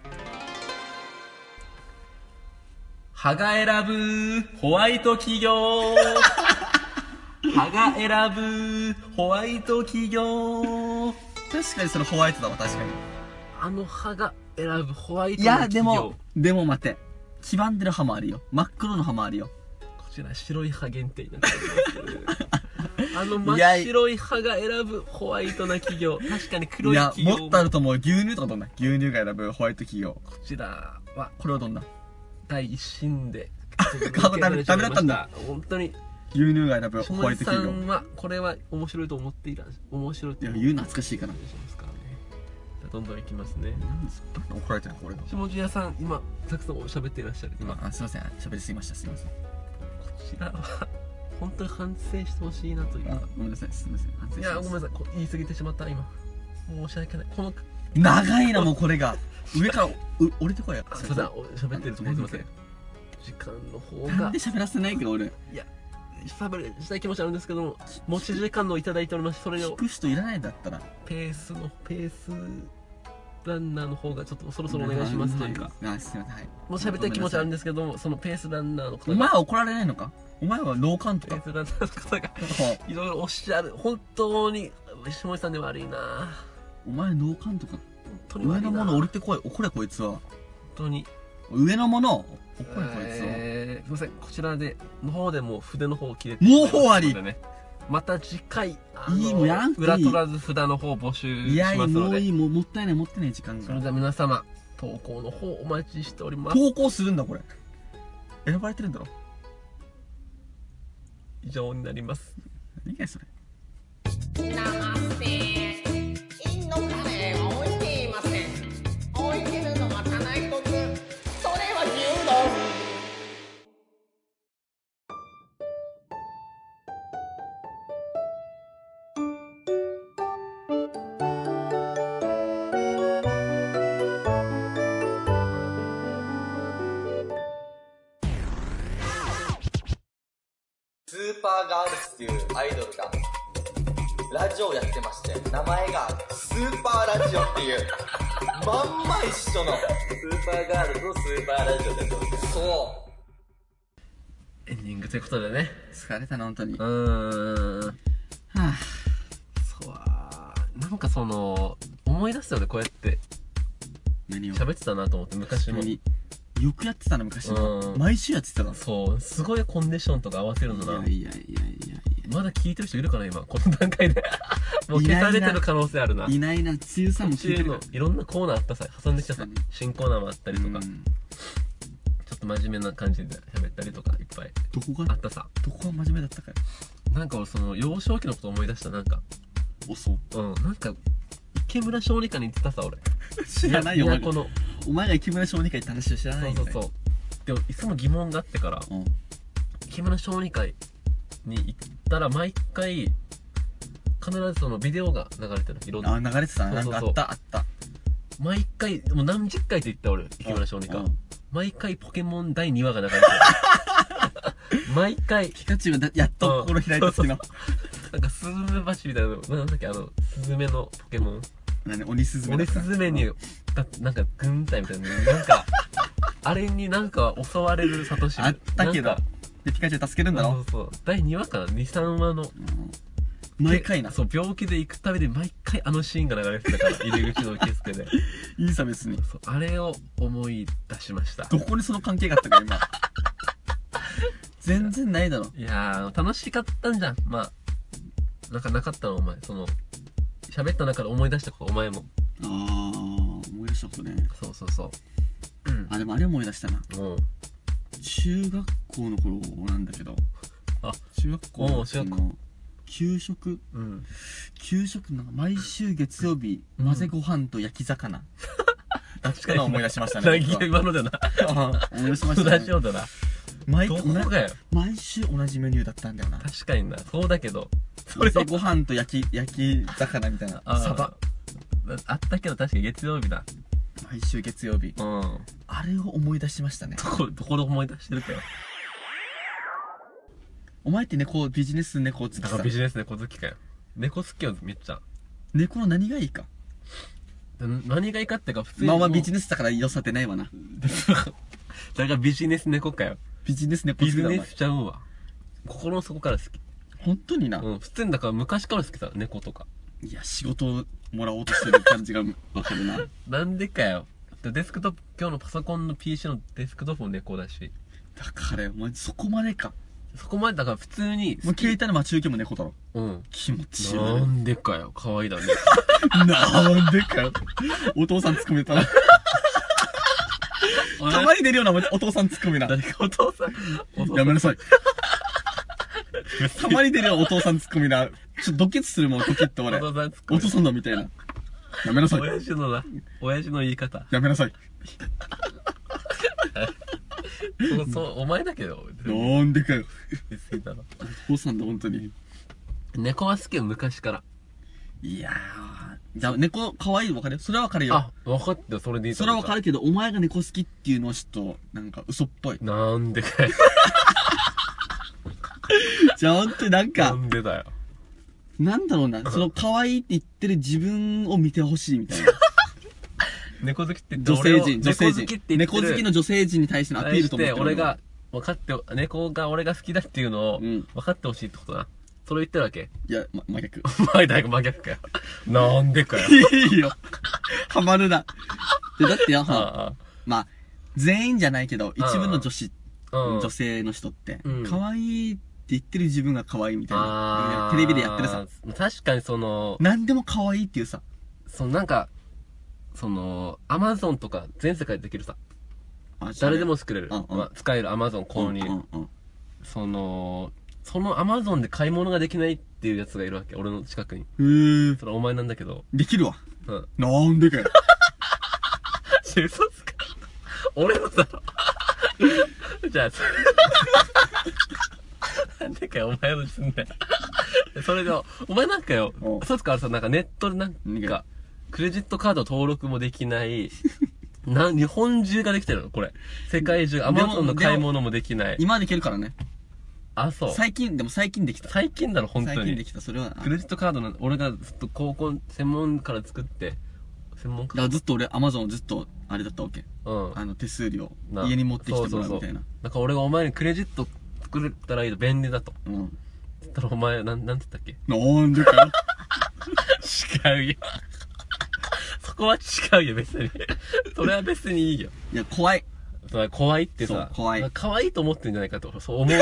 Speaker 1: 歯が選ぶホワイト企業歯が選ぶホワイト企業
Speaker 2: 確かにそれホワイトだわ、確かに。
Speaker 1: あの歯が選ぶホワイト
Speaker 2: いや、
Speaker 1: の企業、
Speaker 2: でも、でも待て。黄ばんでる歯もあるよ。真っ黒の歯もあるよ。
Speaker 1: こちら白い歯限定になっておりますあの真っ白い歯が選ぶホワイトな企業、確かに黒
Speaker 2: いや、
Speaker 1: い企業
Speaker 2: もっとあると思う。牛乳とかどんな牛乳が選ぶホワイト企業。
Speaker 1: こちらは
Speaker 2: これはどんな
Speaker 1: 第一審で
Speaker 2: ダメダメダメだったんだ。
Speaker 1: 本当に
Speaker 2: 牛乳が選ぶホワ
Speaker 1: 下地さ
Speaker 2: イト企業。
Speaker 1: んはこれは面白いと思っていら面白いと
Speaker 2: いや、
Speaker 1: 思
Speaker 2: 言うの懐かしいかな。
Speaker 1: しますからね。じゃあどんどんいきますね。
Speaker 2: なんで怒られてるのこれが。
Speaker 1: 下地屋さん今たくさん喋っていらっしゃる今こ
Speaker 2: あ、すいません。喋りすぎました。すいません。
Speaker 1: ちらは本当に反省してほしいなという
Speaker 2: あ
Speaker 1: か、
Speaker 2: ごめんなさい。すいません。反省します
Speaker 1: いやごめんなさい、こ言い過ぎてしまった今申し訳ない。この
Speaker 2: 長いな、もうこれが。 上からう降りてこいよ。
Speaker 1: すいません、喋ってると思いません。時間の方が
Speaker 2: なんで喋らせないか俺。
Speaker 1: いや喋りしたい気持ちあるんですけども、持ち時間のいただいております。それを
Speaker 2: 聞く人いらないんだったら
Speaker 1: ペースのペースランナーの方がちょっとそろそろお願いしますというか、
Speaker 2: あ、すいません、はい。
Speaker 1: もう喋りたい気持ちあるんですけども、そのペースランナーの方が、
Speaker 2: お前は怒られないのか。お前は脳幹とか
Speaker 1: ペースランナーの方がいろいろおっしゃる。本当に下井さんで悪いな。
Speaker 2: お前脳幹とか
Speaker 1: 本当に悪いな。
Speaker 2: 上のもの降りてこい。怒れこいつは。
Speaker 1: 本当に
Speaker 2: 上のもの怒れこいつは。
Speaker 1: えー、すいません、こちらでの方でもう筆の方を切れて
Speaker 2: もう終わり
Speaker 1: のでね、また次回あの
Speaker 2: いいもうやらんくていい
Speaker 1: 裏取らず札の方を募集
Speaker 2: いやいや、
Speaker 1: しますので、
Speaker 2: もういい、もうもったいない、もったいない時間が。
Speaker 1: それでは皆様投稿の方お待ちしております。
Speaker 2: 投稿するんだこれ。選ばれてるんだろ。
Speaker 1: 以上になります。
Speaker 2: 何かそれ。
Speaker 3: ナマステ。インドカレーは置いていません。置いてるのは棚一つ。それは牛丼。
Speaker 4: スーパーガールズっていうアイドルがラジオをやってまして、名前がスーパーラジオっていうまんま一緒のスーパーガールズのスーパーラジオで、そう
Speaker 1: エンディングということでね。
Speaker 2: 疲れたな、本当に。
Speaker 1: うーん。
Speaker 2: はぁ。
Speaker 1: そうはなんかその思い出すよね、こうやって
Speaker 2: 何を
Speaker 1: 喋ってたなと思って、昔も。
Speaker 2: 何よくやってたな、昔も。
Speaker 1: うん
Speaker 2: 毎週やってたな。
Speaker 1: そうすごいコンディションとか合わせるのな。
Speaker 2: いやいやいやいやいや。
Speaker 1: まだ聞いてる人いるかな今この段階でもう消されてる可能性あるな。
Speaker 2: いないな、つゆさんも聞いてる
Speaker 1: のいろんなコーナーあったさ、挟んできたさ
Speaker 2: 確かに、
Speaker 1: 新コーナーもあったりとか、
Speaker 2: うん
Speaker 1: ちょっと真面目な感じで喋ったりとかいっぱい
Speaker 2: どこが
Speaker 1: あったさ。
Speaker 2: どこが真面目だったかよ。
Speaker 1: なんか俺その幼少期のこと思い出した。なんか
Speaker 2: おそう
Speaker 1: うんなんか池村小児科に行ってたさ俺。
Speaker 2: 知らないよ、お前
Speaker 1: この
Speaker 2: お前が池村小児科行った話を知らないんだよ。
Speaker 1: そうそうそう。でもいつも疑問があってから
Speaker 2: うん。
Speaker 1: 池村小児科に行ったら毎回必ずそのビデオが流れてる。いろんな
Speaker 2: あ、流れてたな。
Speaker 1: そうんそうそう
Speaker 2: なかあった、あった。
Speaker 1: 毎回もう何十回と言った俺池村小児科。
Speaker 2: うん
Speaker 1: 毎回ポケモンだいにわが流れてる毎回
Speaker 2: ピカチュウがだやっと心開いた時の。
Speaker 1: なんかスズメバチみたいなのなんだっけ、あのスズメのポケモン、
Speaker 2: 何、鬼スズメだ
Speaker 1: 俺
Speaker 2: った。
Speaker 1: スズメにだなんか軍隊みたいな、なんかあれになんか襲われるサトシ
Speaker 2: あったけど
Speaker 1: なんか。
Speaker 2: で、ピカチュウ助けるんだろ
Speaker 1: そう。そうだいにわかな、にさんわの
Speaker 2: うん毎回な。
Speaker 1: そう病気で行くたびで毎回あのシーンが流れてたから入り口の受付で
Speaker 2: いいさ、別に。
Speaker 1: そうあれを思い出しました。
Speaker 2: どこにその関係があったか、今。全然ないだろ。
Speaker 1: いやー楽しかったんじゃん。まあなんかなかったのお前、その喋った中で思い出したことお前も。
Speaker 2: あー、思い出したことね。
Speaker 1: そうそうそう。うん。
Speaker 2: あ、でもあれ思い出したな。
Speaker 1: もう
Speaker 2: 中学校の頃なんだけど。
Speaker 1: あ
Speaker 2: 中学校の
Speaker 1: おう中学
Speaker 2: その給食
Speaker 1: うん
Speaker 2: 給食なんか毎週月曜日、
Speaker 1: うん
Speaker 2: 混ぜご飯と焼き魚。
Speaker 1: 確
Speaker 2: かに思い出しましたね
Speaker 1: なぎ今のだな。
Speaker 2: 思い出しましたね。
Speaker 1: ラジオだな。
Speaker 2: 毎
Speaker 1: どこがよ。
Speaker 2: 毎週同じメニューだったんだよな。
Speaker 1: 確かにな。そうだけど。そ
Speaker 2: 混ぜご飯と焼き、焼き魚みたいな。
Speaker 1: あー
Speaker 2: サバ。
Speaker 1: あったけど確かに月曜日だ。
Speaker 2: 毎週月曜日。
Speaker 1: うん。
Speaker 2: あれを思い出しましたね。
Speaker 1: どこ、どこで思い出してるかよ。
Speaker 2: お前って猫、ビジネス猫好き
Speaker 1: だから
Speaker 2: さ
Speaker 1: ビ。ジネス猫好きかよ。猫好きよ、めっちゃ。
Speaker 2: 猫の何がいいか。
Speaker 1: 何がいいかってか普通に。
Speaker 2: まあまあビ
Speaker 1: ネ
Speaker 2: ジネスだから良さってないわな。
Speaker 1: ス。だからビジネス猫かよ。
Speaker 2: ビジネス猫好
Speaker 1: ビジ
Speaker 2: きだお前
Speaker 1: ネスちゃうんわ。心の底から好き。
Speaker 2: 本当にな。
Speaker 1: うん。普通にだから昔から好きさ、猫とか。
Speaker 2: いや、仕事をもらおうとしてる感じがわかるな。
Speaker 1: なんでかよ。デスクトップ、今日のパソコンの ピーシー のデスクトップも猫だし。
Speaker 2: だからよ、お前そこまでか。
Speaker 1: そこまでだから普通に
Speaker 2: もう携帯の待ち受けも猫だろ。
Speaker 1: うん。
Speaker 2: 気持ちいい
Speaker 1: な
Speaker 2: わね。
Speaker 1: んでかよ。可愛いだね。
Speaker 2: なんでかよ。お父さん突っ込めたな。たまに出るようなお父さん突っ込めな。
Speaker 1: 誰かお父さん。お父さん
Speaker 2: やめなさい。たまに出るようなお父さん突っ込みな。ちょっとドキッとするもん、ドキッと俺。
Speaker 1: お父さん突っ込む
Speaker 2: お父さんだみたいな。やめなさい。
Speaker 1: 親父のな。親父の言い方。
Speaker 2: やめなさい。
Speaker 1: そう、そう、お前だけど。
Speaker 2: なんでかよ。
Speaker 1: 別にだろ。
Speaker 2: お父さんだ、本当に。
Speaker 1: 猫は好きよ、昔から。
Speaker 2: いやー、 じゃあ猫可愛いの分かるよ。それは分かるよ。
Speaker 1: あ、分かってよ、それでいいと
Speaker 2: それ
Speaker 1: 思う。
Speaker 2: は分かるけど、お前が猫好きっていうのはちょっと、なんか嘘っぽい。
Speaker 1: なんでかよ。
Speaker 2: じゃあほんとになん
Speaker 1: な
Speaker 2: か、
Speaker 1: んでだよ。
Speaker 2: なんだろうな、その可愛いって言ってる自分を見てほしいみたいな。
Speaker 1: 猫好きって言って
Speaker 2: 女性陣、女性
Speaker 1: 猫好きっ
Speaker 2: 陣。
Speaker 1: て言ってる
Speaker 2: 猫好きの女性陣に対してのアピールと思ってる。
Speaker 1: 俺が、分かって、猫が俺が好きだっていうのを、
Speaker 2: うん
Speaker 1: 分かってほしいってことな。それを言ってるわけ。
Speaker 2: いや、ま、真逆。
Speaker 1: お前だいぶ真逆かよ。なんでかよ。
Speaker 2: いいよ。ハマるな。で、だってよ、
Speaker 1: あ
Speaker 2: まあ、全員じゃないけど、一部の女子、
Speaker 1: あ、うん。
Speaker 2: 女性の人って
Speaker 1: うん、
Speaker 2: 可愛いって言ってる自分が可愛いみたいな
Speaker 1: あ。ー
Speaker 2: テレビでやってるさ。
Speaker 1: 確かにその、
Speaker 2: 何でも可愛いっていうさ。
Speaker 1: そのなんか、その、アマゾンとか全世界でできるさ。
Speaker 2: あ
Speaker 1: 誰でも作れる。
Speaker 2: うんうん
Speaker 1: まあ、使えるアマゾン購入。
Speaker 2: うんうんうん
Speaker 1: その、そのアマゾンで買い物ができないっていうやつがいるわけ。俺の近くに。
Speaker 2: へー。
Speaker 1: それお前なんだけど。
Speaker 2: できるわ。
Speaker 1: うん。
Speaker 2: なんでかよ。
Speaker 1: 嘘つか。俺のだろ。じゃあ、それ。なんでかよ、お前のすんだよ。それで、お前なんかよ
Speaker 2: お、
Speaker 1: 嘘つかあれさ、なんかネットでなん
Speaker 2: 何が
Speaker 1: か、クレジットカード登録もできない、な、日本中ができてるのこれ。世界中、アマゾンの買い物もできない。
Speaker 2: 今はできるからね。
Speaker 1: あ、そう。
Speaker 2: 最近、でも最近できた。
Speaker 1: 最近だろ、本当に。
Speaker 2: 最近できた、それは。
Speaker 1: クレジットカードの、俺がずっと高校、専門から作って、専門家
Speaker 2: だからずっと俺、アマゾンずっと、あれだったわけ。
Speaker 1: うん。
Speaker 2: あの、手数料
Speaker 1: な。
Speaker 2: 家に持ってきてもらうみたいな。
Speaker 1: だから俺がお前にクレジット作れたらいいと便利だと。
Speaker 2: うん。
Speaker 1: つったらお前、なん、なんて言ったっけ
Speaker 2: なんでかよ。
Speaker 1: 違うよ。そこは違うよ、別に。それは別にいいよ。
Speaker 2: いや、怖い。
Speaker 1: それ怖いって
Speaker 2: そう
Speaker 1: さ、
Speaker 2: 怖い
Speaker 1: 可愛いと思ってんじゃないかと、そう思うよ。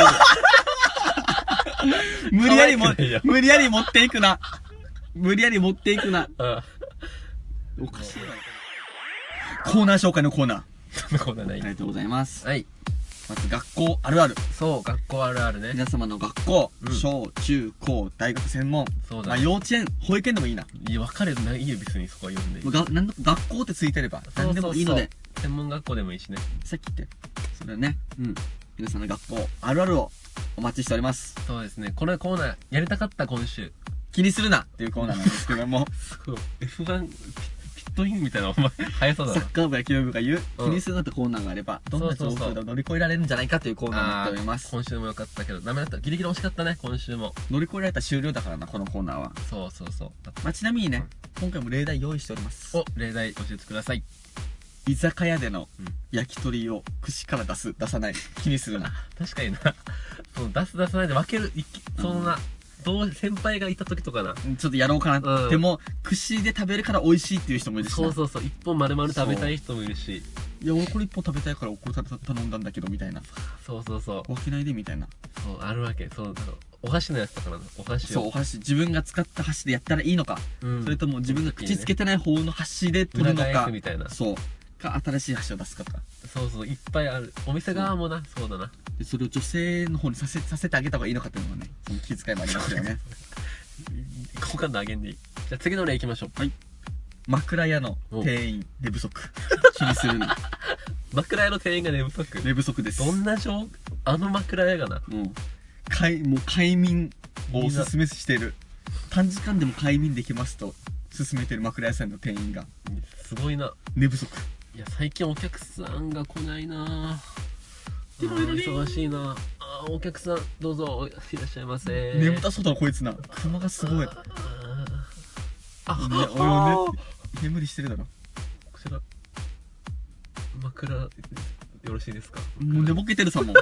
Speaker 2: 無理やりも
Speaker 1: 可愛くないよ、
Speaker 2: 無理やり持っていくな。無理やり持っていくな。
Speaker 1: うん。
Speaker 2: おかしいわ。コーナー紹介のコーナー。
Speaker 1: そんなことない。
Speaker 2: ありがとうございます。
Speaker 1: はい。
Speaker 2: まず学校あるある。
Speaker 1: そう、学校あるあるね。
Speaker 2: 皆様の学校、
Speaker 1: うん
Speaker 2: 小、中、高、大学専門。まあ
Speaker 1: そうだね。
Speaker 2: 幼稚園、保育園でもいいな。
Speaker 1: いや、分かるよ。ないいよ、別にそこは読んでいい。
Speaker 2: もうがなんだ学校ってついてれば、何でもいいので、
Speaker 1: 専門学校でもいいしね。
Speaker 2: さっき言って。それはね、
Speaker 1: うん。
Speaker 2: 皆さんの学校あるあるをお待ちしております。
Speaker 1: そうですね。これコーナーやりたかった今週。
Speaker 2: 気にするなっていうコーナーなんですけども、
Speaker 1: そう。エフワン ピピットインみたいな、お前、早そうだな
Speaker 2: サッ。カー部や野球部が言う、気
Speaker 1: うん
Speaker 2: にするなってコーナーがあれば、どんな
Speaker 1: そうそうそう
Speaker 2: 状況でも乗り越えられるんじゃないかというコーナーになっております。
Speaker 1: 今週もよかったけど、ダメだった。ギリギリ惜しかったね、今週も。
Speaker 2: 乗り越えられたら終了だからな、このコーナーは。
Speaker 1: そうそうそう。
Speaker 2: まあ、ちなみにね、今回も例題用意しております。
Speaker 1: お、例題教えてください。
Speaker 2: 居酒屋での
Speaker 1: うん
Speaker 2: 焼き鳥を串から出す、出さない、気にするな。
Speaker 1: 確かにな。その出す出さないで分ける、いきそんな、どう、先輩がいた時とかな。
Speaker 2: ちょっとやろうかな。
Speaker 1: うん
Speaker 2: でも、串で食べるから美味しいっていう人もいるしな。
Speaker 1: そうそうそう、一本丸々食べたい人もいるし。
Speaker 2: いや、俺これ一本食べたいからこれた頼んだんだけど、みたいな。
Speaker 1: そうそうそう。
Speaker 2: 分けないで、みたいな。
Speaker 1: そう、あるわけ。そう、だからお箸のやつとかなの。お箸
Speaker 2: そう、お
Speaker 1: を。
Speaker 2: 箸、自分が使った箸でやったらいいのか。
Speaker 1: うん
Speaker 2: それとも自分が口つけてない方の箸で取るの
Speaker 1: 裏返
Speaker 2: か
Speaker 1: すみたいな。
Speaker 2: そうか新しい箸を出すかとか
Speaker 1: そうそう、いっぱいある。お店側もな、そうだな。
Speaker 2: でそれを女性の方にさせさせてあげた方がいいのかっていうのはねその気遣いもありますよね
Speaker 1: 好感度上げんでいい。じゃあ次の例行きましょう。
Speaker 2: 枕屋の店員寝不足気にするな
Speaker 1: 枕屋の店員が寝不足。
Speaker 2: 寝不足です
Speaker 1: どんな状あの枕屋がな。
Speaker 2: もう快もう快眠をおすすめしている短時間でも快眠できますと勧めてる枕屋さんの店員が
Speaker 1: すごいな。
Speaker 2: 寝不足
Speaker 1: いや、最近お客さんが来ないなぁ。忙しいなぁ。あーお客さん、どうぞ、いらっしゃいませ。
Speaker 2: 眠たそうだなこいつな熊がすごいいや
Speaker 1: あ、
Speaker 2: 俺はね眠りしてるだろ
Speaker 1: こちら、枕、よろしいですか？
Speaker 2: もう寝ぼけてるさもう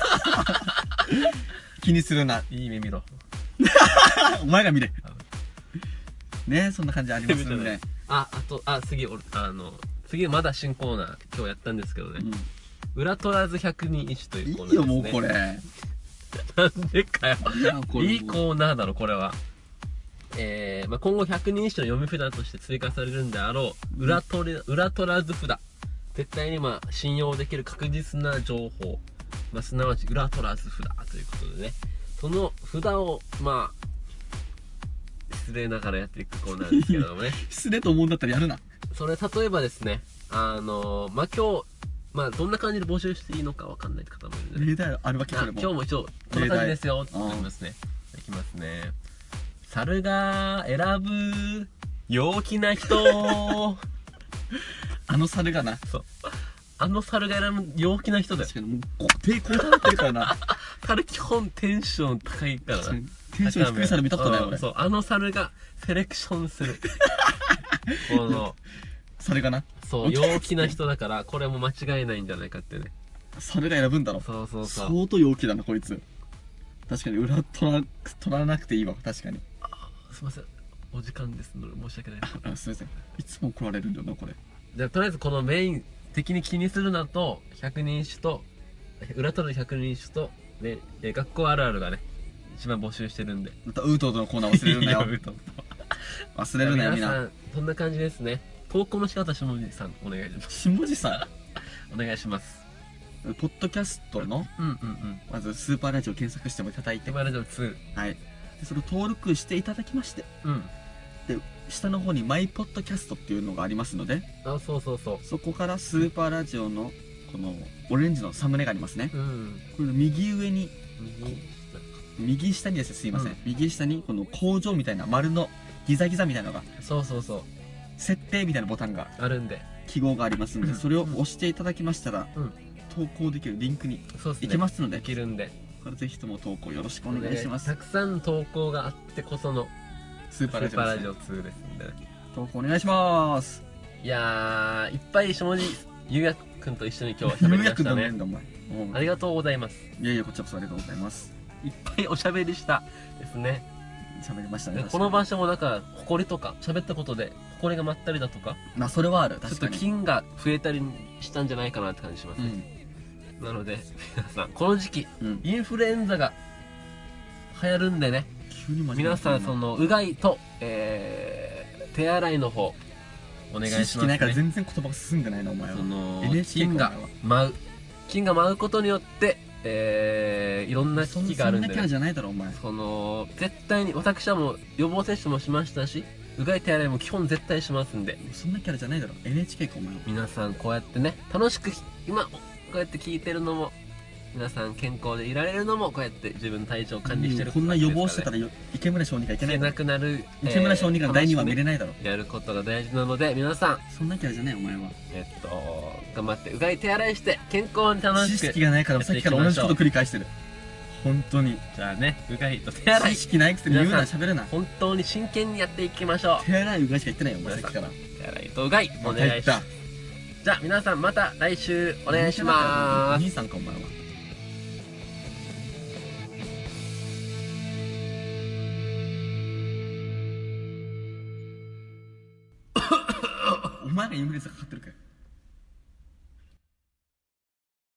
Speaker 2: 気にするない
Speaker 1: い目見ろ。
Speaker 2: お前が見れねそんな感じありますので、ね
Speaker 1: あ、あと、あ、次、俺、あの、次まだ新コーナー、今日やったんですけどね。裏取らず百人一首と
Speaker 2: うん、
Speaker 1: いうコーナーです、ね。
Speaker 2: いいよもうこれ
Speaker 1: なんでかよ。
Speaker 2: いやこれ
Speaker 1: いいコーナーだろ、これは。えー、まあ、今後百人一首の読み札として追加されるんであろう、裏取り、裏取らず札。絶対にまあ、信用できる確実な情報。まあ、すなわち裏取らず札ということでね。その札を、まあ、失礼ながらやっていくコーナーですけどもね。
Speaker 2: 失礼と思うんだったらやるな
Speaker 1: それ、例えばですね、あのー、まあ、今日、まあ、どんな感じで募集していいのかわかんない方もいるんで、ね。
Speaker 2: 例題あるわけこ
Speaker 1: あ
Speaker 2: れも
Speaker 1: 今日も一応、こんな感じですよって言いますね。いきますね。猿が選ぶ陽気な人
Speaker 2: あの猿がな。
Speaker 1: そうあの猿が選ぶ陽気な人だよ。
Speaker 2: 確かにもう抵抗されてるからな。
Speaker 1: 猿基本テンション高いからな。
Speaker 2: テンション低い猿見たことない俺。
Speaker 1: そうあの猿がセレクションするこの
Speaker 2: 猿がな。
Speaker 1: そう陽気な人だからこれも間違いないんじゃないかってね。
Speaker 2: 猿が選ぶんだろ。
Speaker 1: そうそうそう
Speaker 2: 相当陽気だなこいつ。確かに裏取ら取らなくていいわ。確かに。
Speaker 1: すいませんお時間ですので申し訳ないです。
Speaker 2: あすいません。いつも怒られるんだよなこれ。
Speaker 1: じゃあとりあえずこのメイン的に気にするなと百人一首と裏取る百人一首と、ね、え学校あるあるがね一番募集してるんで。
Speaker 2: またウートートのコーナー忘れるなよ。
Speaker 1: いいウートート
Speaker 2: 忘れるなよみんな。
Speaker 1: 皆さんそんな感じですね。投稿の仕方下地さんお願いします。
Speaker 2: 下地さ
Speaker 1: お願いします。
Speaker 2: んポッドキャストの
Speaker 1: うんうんうん
Speaker 2: まずスーパーラジオ検索してもいただいて、
Speaker 1: 手前ラジオツ
Speaker 2: はい、でそれを登録していただきまして、
Speaker 1: ーうん
Speaker 2: で下の方にマイポッドキャストっていうのがありますので、
Speaker 1: あそうそうそう
Speaker 2: そこからスーパーラジオのこのオレンジのサムネがありますね。
Speaker 1: うん
Speaker 2: これの右上に
Speaker 1: 右
Speaker 2: 右下にですね、すいません、
Speaker 1: うん
Speaker 2: 右下にこの工場みたいな丸のギザギザみたいなのが
Speaker 1: そうそうそう
Speaker 2: 設定みたいなボタンが
Speaker 1: あるんで
Speaker 2: 記号がありますんで、
Speaker 1: うん
Speaker 2: それを押していただきましたら、
Speaker 1: うん
Speaker 2: 投稿できるリンクに
Speaker 1: そうっすね
Speaker 2: 行けますので、
Speaker 1: できるんで
Speaker 2: これぜひとも投稿よろしくお願いします。
Speaker 1: たくさん投稿があってこその
Speaker 2: スー
Speaker 1: ス
Speaker 2: パーラジオです、ね、
Speaker 1: ーパーラジオツーですんでね。
Speaker 2: 投稿お願いします。
Speaker 1: いやーいっぱい下地ゆうやくんと一緒に今日は喋りま
Speaker 2: やく
Speaker 1: したね。
Speaker 2: んだんだお前。
Speaker 1: ありがとうございます。
Speaker 2: いやいや、こちらこそありがとうございます。
Speaker 1: いっぱいおしゃべりしたですね。
Speaker 2: 喋りましたね。
Speaker 1: この場
Speaker 2: 所。
Speaker 1: 所もだから埃とか喋ったことで埃が舞ったりだとか
Speaker 2: まあ、それはある。
Speaker 1: ちょっ
Speaker 2: 確かに。
Speaker 1: と菌が増えたりしたんじゃないかなって感じしますね、
Speaker 2: うん。
Speaker 1: なので皆さんこの時期
Speaker 2: うん。
Speaker 1: インフルエンザが流行るんでね、
Speaker 2: 急に真面目
Speaker 1: 皆さんそ
Speaker 2: の、
Speaker 1: のうがいと、えー、手洗いの方お願いします
Speaker 2: 知識ないから
Speaker 1: ね。
Speaker 2: 全然言葉が進んでないな、お前は
Speaker 1: そ。の
Speaker 2: エヌエイチケー
Speaker 1: 菌が
Speaker 2: かお前は
Speaker 1: 舞う菌が舞うことによって、えー、いろんな
Speaker 2: そん
Speaker 1: 危機があるんで、
Speaker 2: そんなキャラじ
Speaker 1: ね、
Speaker 2: ゃないだろ、お前。
Speaker 1: その絶対に私はもう予防接種もしましたしうがい手洗いも基本絶対しますんで、
Speaker 2: そんなキャラじゃないだろ。エヌエイチケー か、お前は。
Speaker 1: 皆さんこうやってね楽しく今こうやって聞いてるのも皆さん健康でいられるのもこうやって自分の体調を管理してる
Speaker 2: こんな予防してた
Speaker 1: ら
Speaker 2: らよ池村小児がいけないだろ
Speaker 1: いけな。くなる
Speaker 2: 池村小児がだいにわ見れ
Speaker 1: ない
Speaker 2: ないだろ。
Speaker 1: やることが大事なので皆さん
Speaker 2: そんなキャラじゃない、お前は。
Speaker 1: えっと頑張ってうがい手洗いして健康に楽
Speaker 2: 知
Speaker 1: しく
Speaker 2: 識がないからさっきから同じこと繰り返してる。本当に。
Speaker 1: じゃあねうがいと手洗い
Speaker 2: 知識ないくせに言うな、喋るな。
Speaker 1: 本当に真剣にやっていきましょう。
Speaker 2: 手洗いうがいしか言ってないよ、お前さっきから。
Speaker 1: 手洗いとうがいお願いします。じゃあ皆さんまた来週お願いしま
Speaker 2: お
Speaker 1: す。
Speaker 2: 兄さんか、お前は。お前がインフルエンザかかってるかよ。